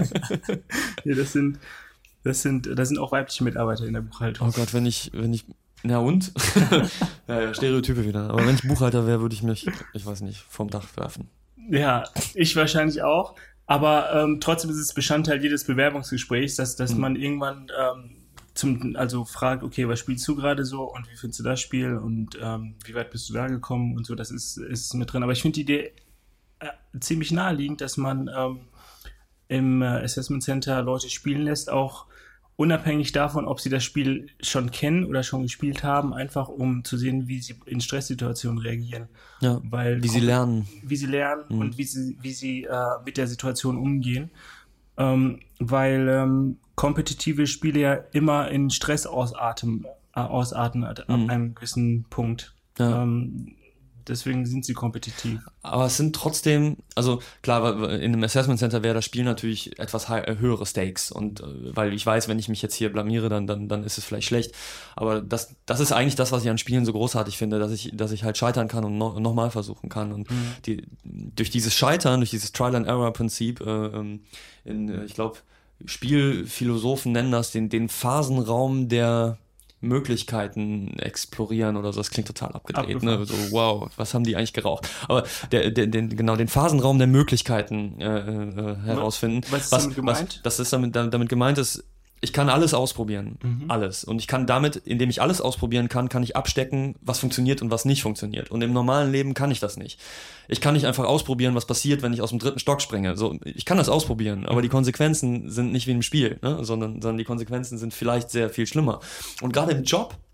Ja, das sind, das sind, das sind auch weibliche Mitarbeiter in der Buchhaltung. Oh Gott, wenn ich, wenn ich, na und? ja, ja, Stereotype wieder. Aber wenn ich Buchhalter wäre, würde ich mich, ich weiß nicht, vom Dach werfen. Ja, ich wahrscheinlich auch. Aber ähm, trotzdem ist es Bestandteil jedes Bewerbungsgesprächs, dass, dass mhm. man irgendwann ähm, zum, also fragt, okay, was spielst du gerade so und wie findest du das Spiel und ähm, wie weit bist du da gekommen und so, das ist, ist mit drin. Aber ich finde die Idee äh, ziemlich naheliegend, dass man ähm, im äh, Assessment Center Leute spielen lässt, auch unabhängig davon, ob sie das Spiel schon kennen oder schon gespielt haben, einfach um zu sehen, wie sie in Stresssituationen reagieren. Ja, Weil wie sie lernen. Wie sie lernen mhm. und wie sie, wie sie äh, mit der Situation umgehen. Ähm, weil ähm, kompetitive Spiele ja immer in Stress ausarten, äh, ausarten ab mhm. einem gewissen Punkt. Ja. Ähm, Deswegen sind sie kompetitiv. Aber es sind trotzdem, also klar, in einem Assessment Center wäre das Spiel natürlich etwas höhere Stakes und weil ich weiß, wenn ich mich jetzt hier blamiere, dann, dann, dann ist es vielleicht schlecht. Aber das, das ist eigentlich das, was ich an Spielen so großartig finde, dass ich, dass ich halt scheitern kann und no, nochmal versuchen kann. Und mhm. die, durch dieses Scheitern, durch dieses Trial-and-Error-Prinzip, äh, in, ich glaube, Spielphilosophen nennen das den, den Phasenraum der Möglichkeiten explorieren oder so, das klingt total abgedreht, ne? So, wow, was haben die eigentlich geraucht? Aber der, der, den, genau, den Phasenraum der Möglichkeiten äh, äh, herausfinden. Was ist was, damit gemeint? Was, das ist damit, damit gemeint ist, ich kann alles ausprobieren, mhm. alles. Und ich kann damit, indem ich alles ausprobieren kann, kann ich abstecken, was funktioniert und was nicht funktioniert. Und im normalen Leben kann ich das nicht. Ich kann nicht einfach ausprobieren, was passiert, wenn ich aus dem dritten Stock springe. So, ich kann das ausprobieren, aber die Konsequenzen sind nicht wie im Spiel, ne? sondern, sondern die Konsequenzen sind vielleicht sehr viel schlimmer. Und gerade im Job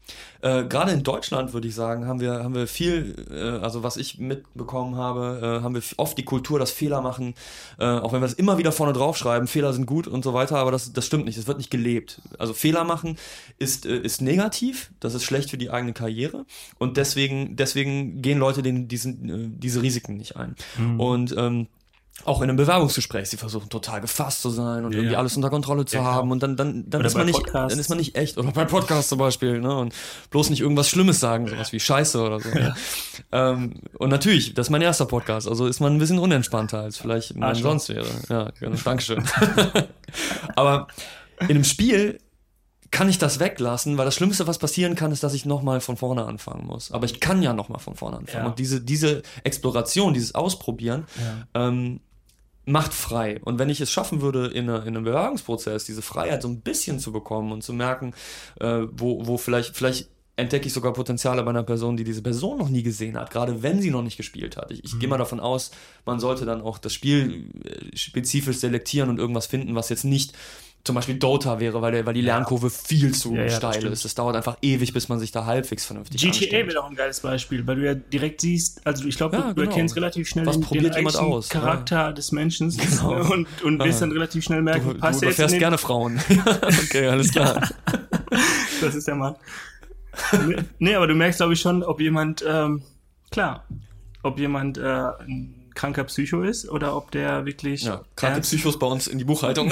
Äh, gerade in Deutschland, würde ich sagen, haben wir, haben wir viel, äh, also was ich mitbekommen habe, äh, haben wir oft die Kultur, dass Fehler machen, äh, auch wenn wir das immer wieder vorne draufschreiben, Fehler sind gut und so weiter, aber das, das stimmt nicht, das wird nicht gelebt. Also Fehler machen ist, äh, ist negativ, das ist schlecht für die eigene Karriere und deswegen, deswegen gehen Leute den, diesen, äh, diese Risiken nicht ein. Mhm. Und ähm, auch in einem Bewerbungsgespräch, sie versuchen total gefasst zu sein und ja, irgendwie alles unter Kontrolle zu ja, haben und dann, dann, dann, ist man nicht, dann ist man nicht echt, oder bei Podcasts zum Beispiel, ne, und bloß nicht irgendwas Schlimmes sagen, sowas wie Scheiße oder so. Ja. Ähm, und natürlich, das ist mein erster Podcast, also ist man ein bisschen unentspannter, als vielleicht man sonst wäre. Ja, genau, Dankeschön. Aber in einem Spiel kann ich das weglassen, weil das Schlimmste, was passieren kann, ist, dass ich nochmal von vorne anfangen muss. Aber ich kann ja nochmal von vorne anfangen. Ja. Und diese, diese Exploration, dieses Ausprobieren, ja. ähm, macht frei. Und wenn ich es schaffen würde, in, eine, in einem Bewerbungsprozess diese Freiheit so ein bisschen zu bekommen und zu merken, äh, wo, wo vielleicht, vielleicht entdecke ich sogar Potenziale bei einer Person, die diese Person noch nie gesehen hat, gerade wenn sie noch nicht gespielt hat. Ich, ich mhm. gehe mal davon aus, man sollte dann auch das Spiel spezifisch selektieren und irgendwas finden, was jetzt nicht zum Beispiel Dota wäre, weil, der, weil die Lernkurve viel zu ja, ja, steil ist. Es dauert einfach ewig, bis man sich da halbwegs vernünftig G T A wäre auch ein geiles Beispiel, weil du ja direkt siehst, also ich glaube, ja, du, du genau. erkennst relativ schnell Was den, den aus, Charakter ja. des Menschen genau. und, und wirst ja. dann relativ schnell merken, du, passt du, du jetzt fährst gerne Frauen. Okay, alles klar. Das ist der Mann. nee, nee, aber du merkst, glaube ich, schon, ob jemand, ähm, klar, ob jemand äh, ein kranker Psycho ist oder ob der wirklich... Ja, kranke Psychos bei uns in die Buchhaltung.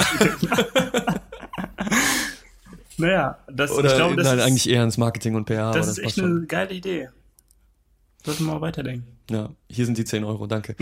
Naja, das, oder ich glaube, das nein, ist, eigentlich eher ins Marketing und P R. Das ist das echt eine schon. geile Idee. Sollten wir mal weiterdenken. Ja, hier sind die zehn Euro, danke.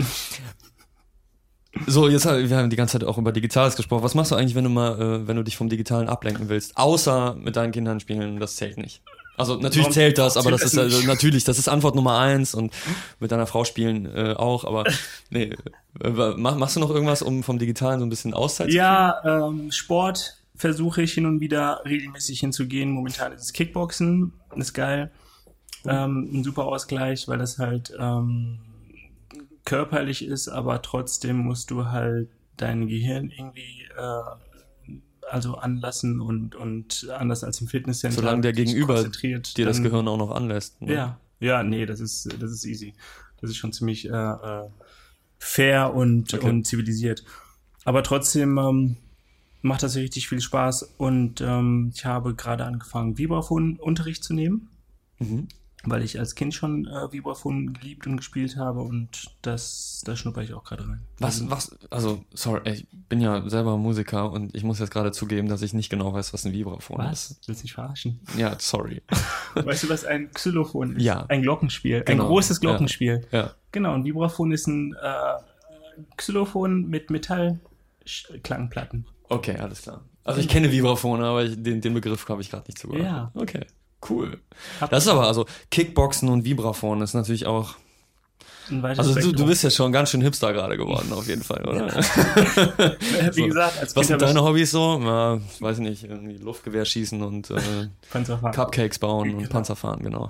So, jetzt haben wir haben die ganze Zeit auch über Digitales gesprochen. Was machst du eigentlich, wenn du mal, äh, wenn du dich vom Digitalen ablenken willst? Außer mit deinen Kindern spielen, das zählt nicht. Also natürlich Warum zählt das, aber das ist also, natürlich, das ist Antwort Nummer eins und mit deiner Frau spielen äh, auch, aber nee, äh, mach, machst du noch irgendwas, um vom Digitalen so ein bisschen Auszeit zu kriegen? Ja, ähm, Sport versuche ich hin und wieder regelmäßig hinzugehen. Momentan ist es Kickboxen, ist geil. Ähm, ein super Ausgleich, weil das halt ähm, körperlich ist, aber trotzdem musst du halt dein Gehirn irgendwie äh, also anlassen und, und anders als im Fitnesscenter. Solange der Gegenüber dir dann, das Gehirn auch noch anlässt. Ne? Ja, ja, nee, das ist, das ist easy. Das ist schon ziemlich äh, äh, fair und, okay. und zivilisiert. Aber trotzdem ähm, macht das richtig viel Spaß und ähm, ich habe gerade angefangen, Vibraphon-Unterricht zu nehmen. Mhm. Weil ich als Kind schon äh, Vibraphon geliebt und gespielt habe und das, da schnupper ich auch gerade rein. Was, was, also, sorry, ich bin ja selber Musiker und ich muss jetzt gerade zugeben, dass ich nicht genau weiß, was ein Vibraphon was? ist. Willst du mich verarschen? Ja, sorry. Weißt du, was ein Xylophon ist? Ja. Ein Glockenspiel, genau. ein großes Glockenspiel. Ja. ja. Genau, ein Vibraphon ist ein äh, Xylophon mit Metallklangplatten. Okay, alles klar. Also ich kenne Vibraphone, aber ich, den, den Begriff habe ich gerade nicht zugehört. Ja. Okay. Cool. Das ist aber, also Kickboxen und Vibraphon ist natürlich auch... Also du, du bist ja schon ganz schön Hipster gerade geworden, auf jeden Fall, oder? Ja. Wie so. gesagt, als Was sind deine Hobbys so? Ja, ich weiß nicht, irgendwie Luftgewehr schießen und äh, Cupcakes bauen und genau. Panzer fahren, genau.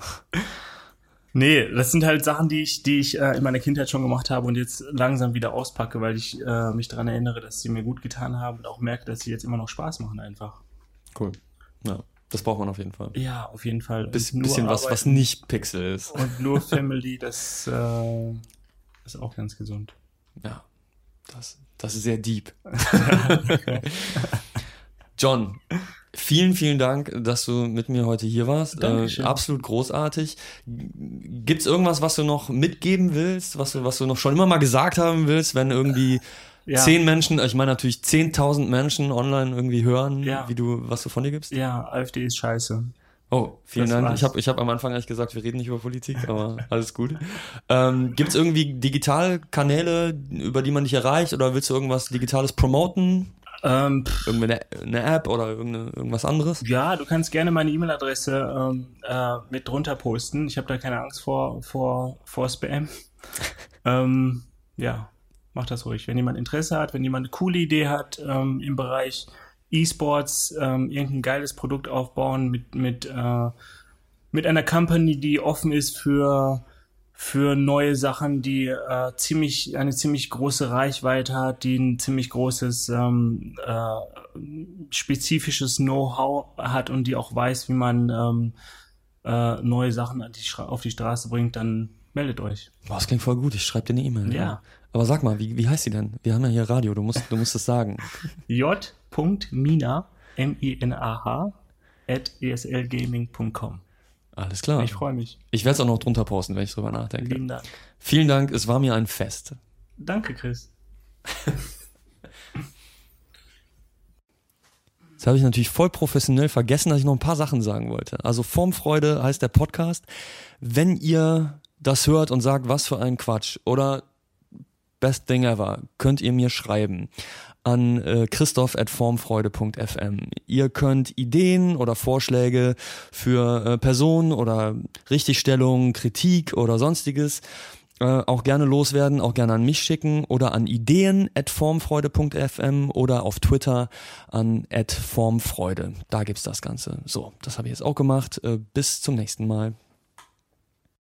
Nee, das sind halt Sachen, die ich, die ich äh, in meiner Kindheit schon gemacht habe und jetzt langsam wieder auspacke, weil ich äh, mich daran erinnere, dass sie mir gut getan haben und auch merke, dass sie jetzt immer noch Spaß machen einfach. Cool, ja. Das braucht man auf jeden Fall. Ja, auf jeden Fall. Biss, bisschen was, was nicht Pixel ist. Und nur Family, das äh, ist auch ganz gesund. Ja, das, das ist sehr deep. John, vielen, vielen Dank, dass du mit mir heute hier warst. Äh, absolut großartig. Gibt's irgendwas, was du noch mitgeben willst, was du, was du noch schon immer mal gesagt haben willst, wenn irgendwie... Ja. Zehn Menschen, ich meine natürlich zehntausend Menschen online irgendwie hören, ja. wie du, was du von dir gibst? Ja, AfD ist scheiße. Oh, vielen das Dank. War's. Ich habe ich hab am Anfang eigentlich gesagt, wir reden nicht über Politik, aber alles gut. Ähm, gibt's irgendwie Digitalkanäle, über die man dich erreicht, oder willst du irgendwas Digitales promoten? Ähm, Irgendwie eine, eine App oder irgende, irgendwas anderes? Ja, du kannst gerne meine E-Mail-Adresse ähm, äh, mit drunter posten. Ich habe da keine Angst vor, vor, vor Spam. ähm, ja. Mach das ruhig. Wenn jemand Interesse hat, wenn jemand eine coole Idee hat ähm, im Bereich E-Sports, ähm, irgendein geiles Produkt aufbauen mit mit äh, mit einer Company, die offen ist für für neue Sachen, die äh, ziemlich eine ziemlich große Reichweite hat, die ein ziemlich großes ähm, äh, spezifisches Know-how hat und die auch weiß, wie man ähm, äh, neue Sachen an die Stra- auf die Straße bringt, dann meldet euch. Boah, das klingt voll gut. Ich schreibe dir eine E-Mail. Ja. Ja. Aber sag mal, wie, wie heißt sie denn? Wir haben ja hier Radio, du musst, du musst es sagen. j.mina, M I N A H, at e s l gaming punkt com. Alles klar. Ich freue mich. Ich werde es auch noch drunter posten, wenn ich drüber nachdenke. Lieben Dank. Vielen Dank, es war mir ein Fest. Danke, Chris. Jetzt habe ich natürlich voll professionell vergessen, dass ich noch ein paar Sachen sagen wollte. Also Formfreude heißt der Podcast. Wenn ihr das hört und sagt, was für ein Quatsch oder best thing ever, könnt ihr mir schreiben an äh, christoph at formfreude punkt f m. Ihr könnt Ideen oder Vorschläge für äh, Personen oder Richtigstellungen, Kritik oder sonstiges äh, auch gerne loswerden, auch gerne an mich schicken oder an ideen at formfreude punkt f m oder auf Twitter an at formfreude. Da gibt's das Ganze. So, das habe ich jetzt auch gemacht. Äh, bis zum nächsten Mal.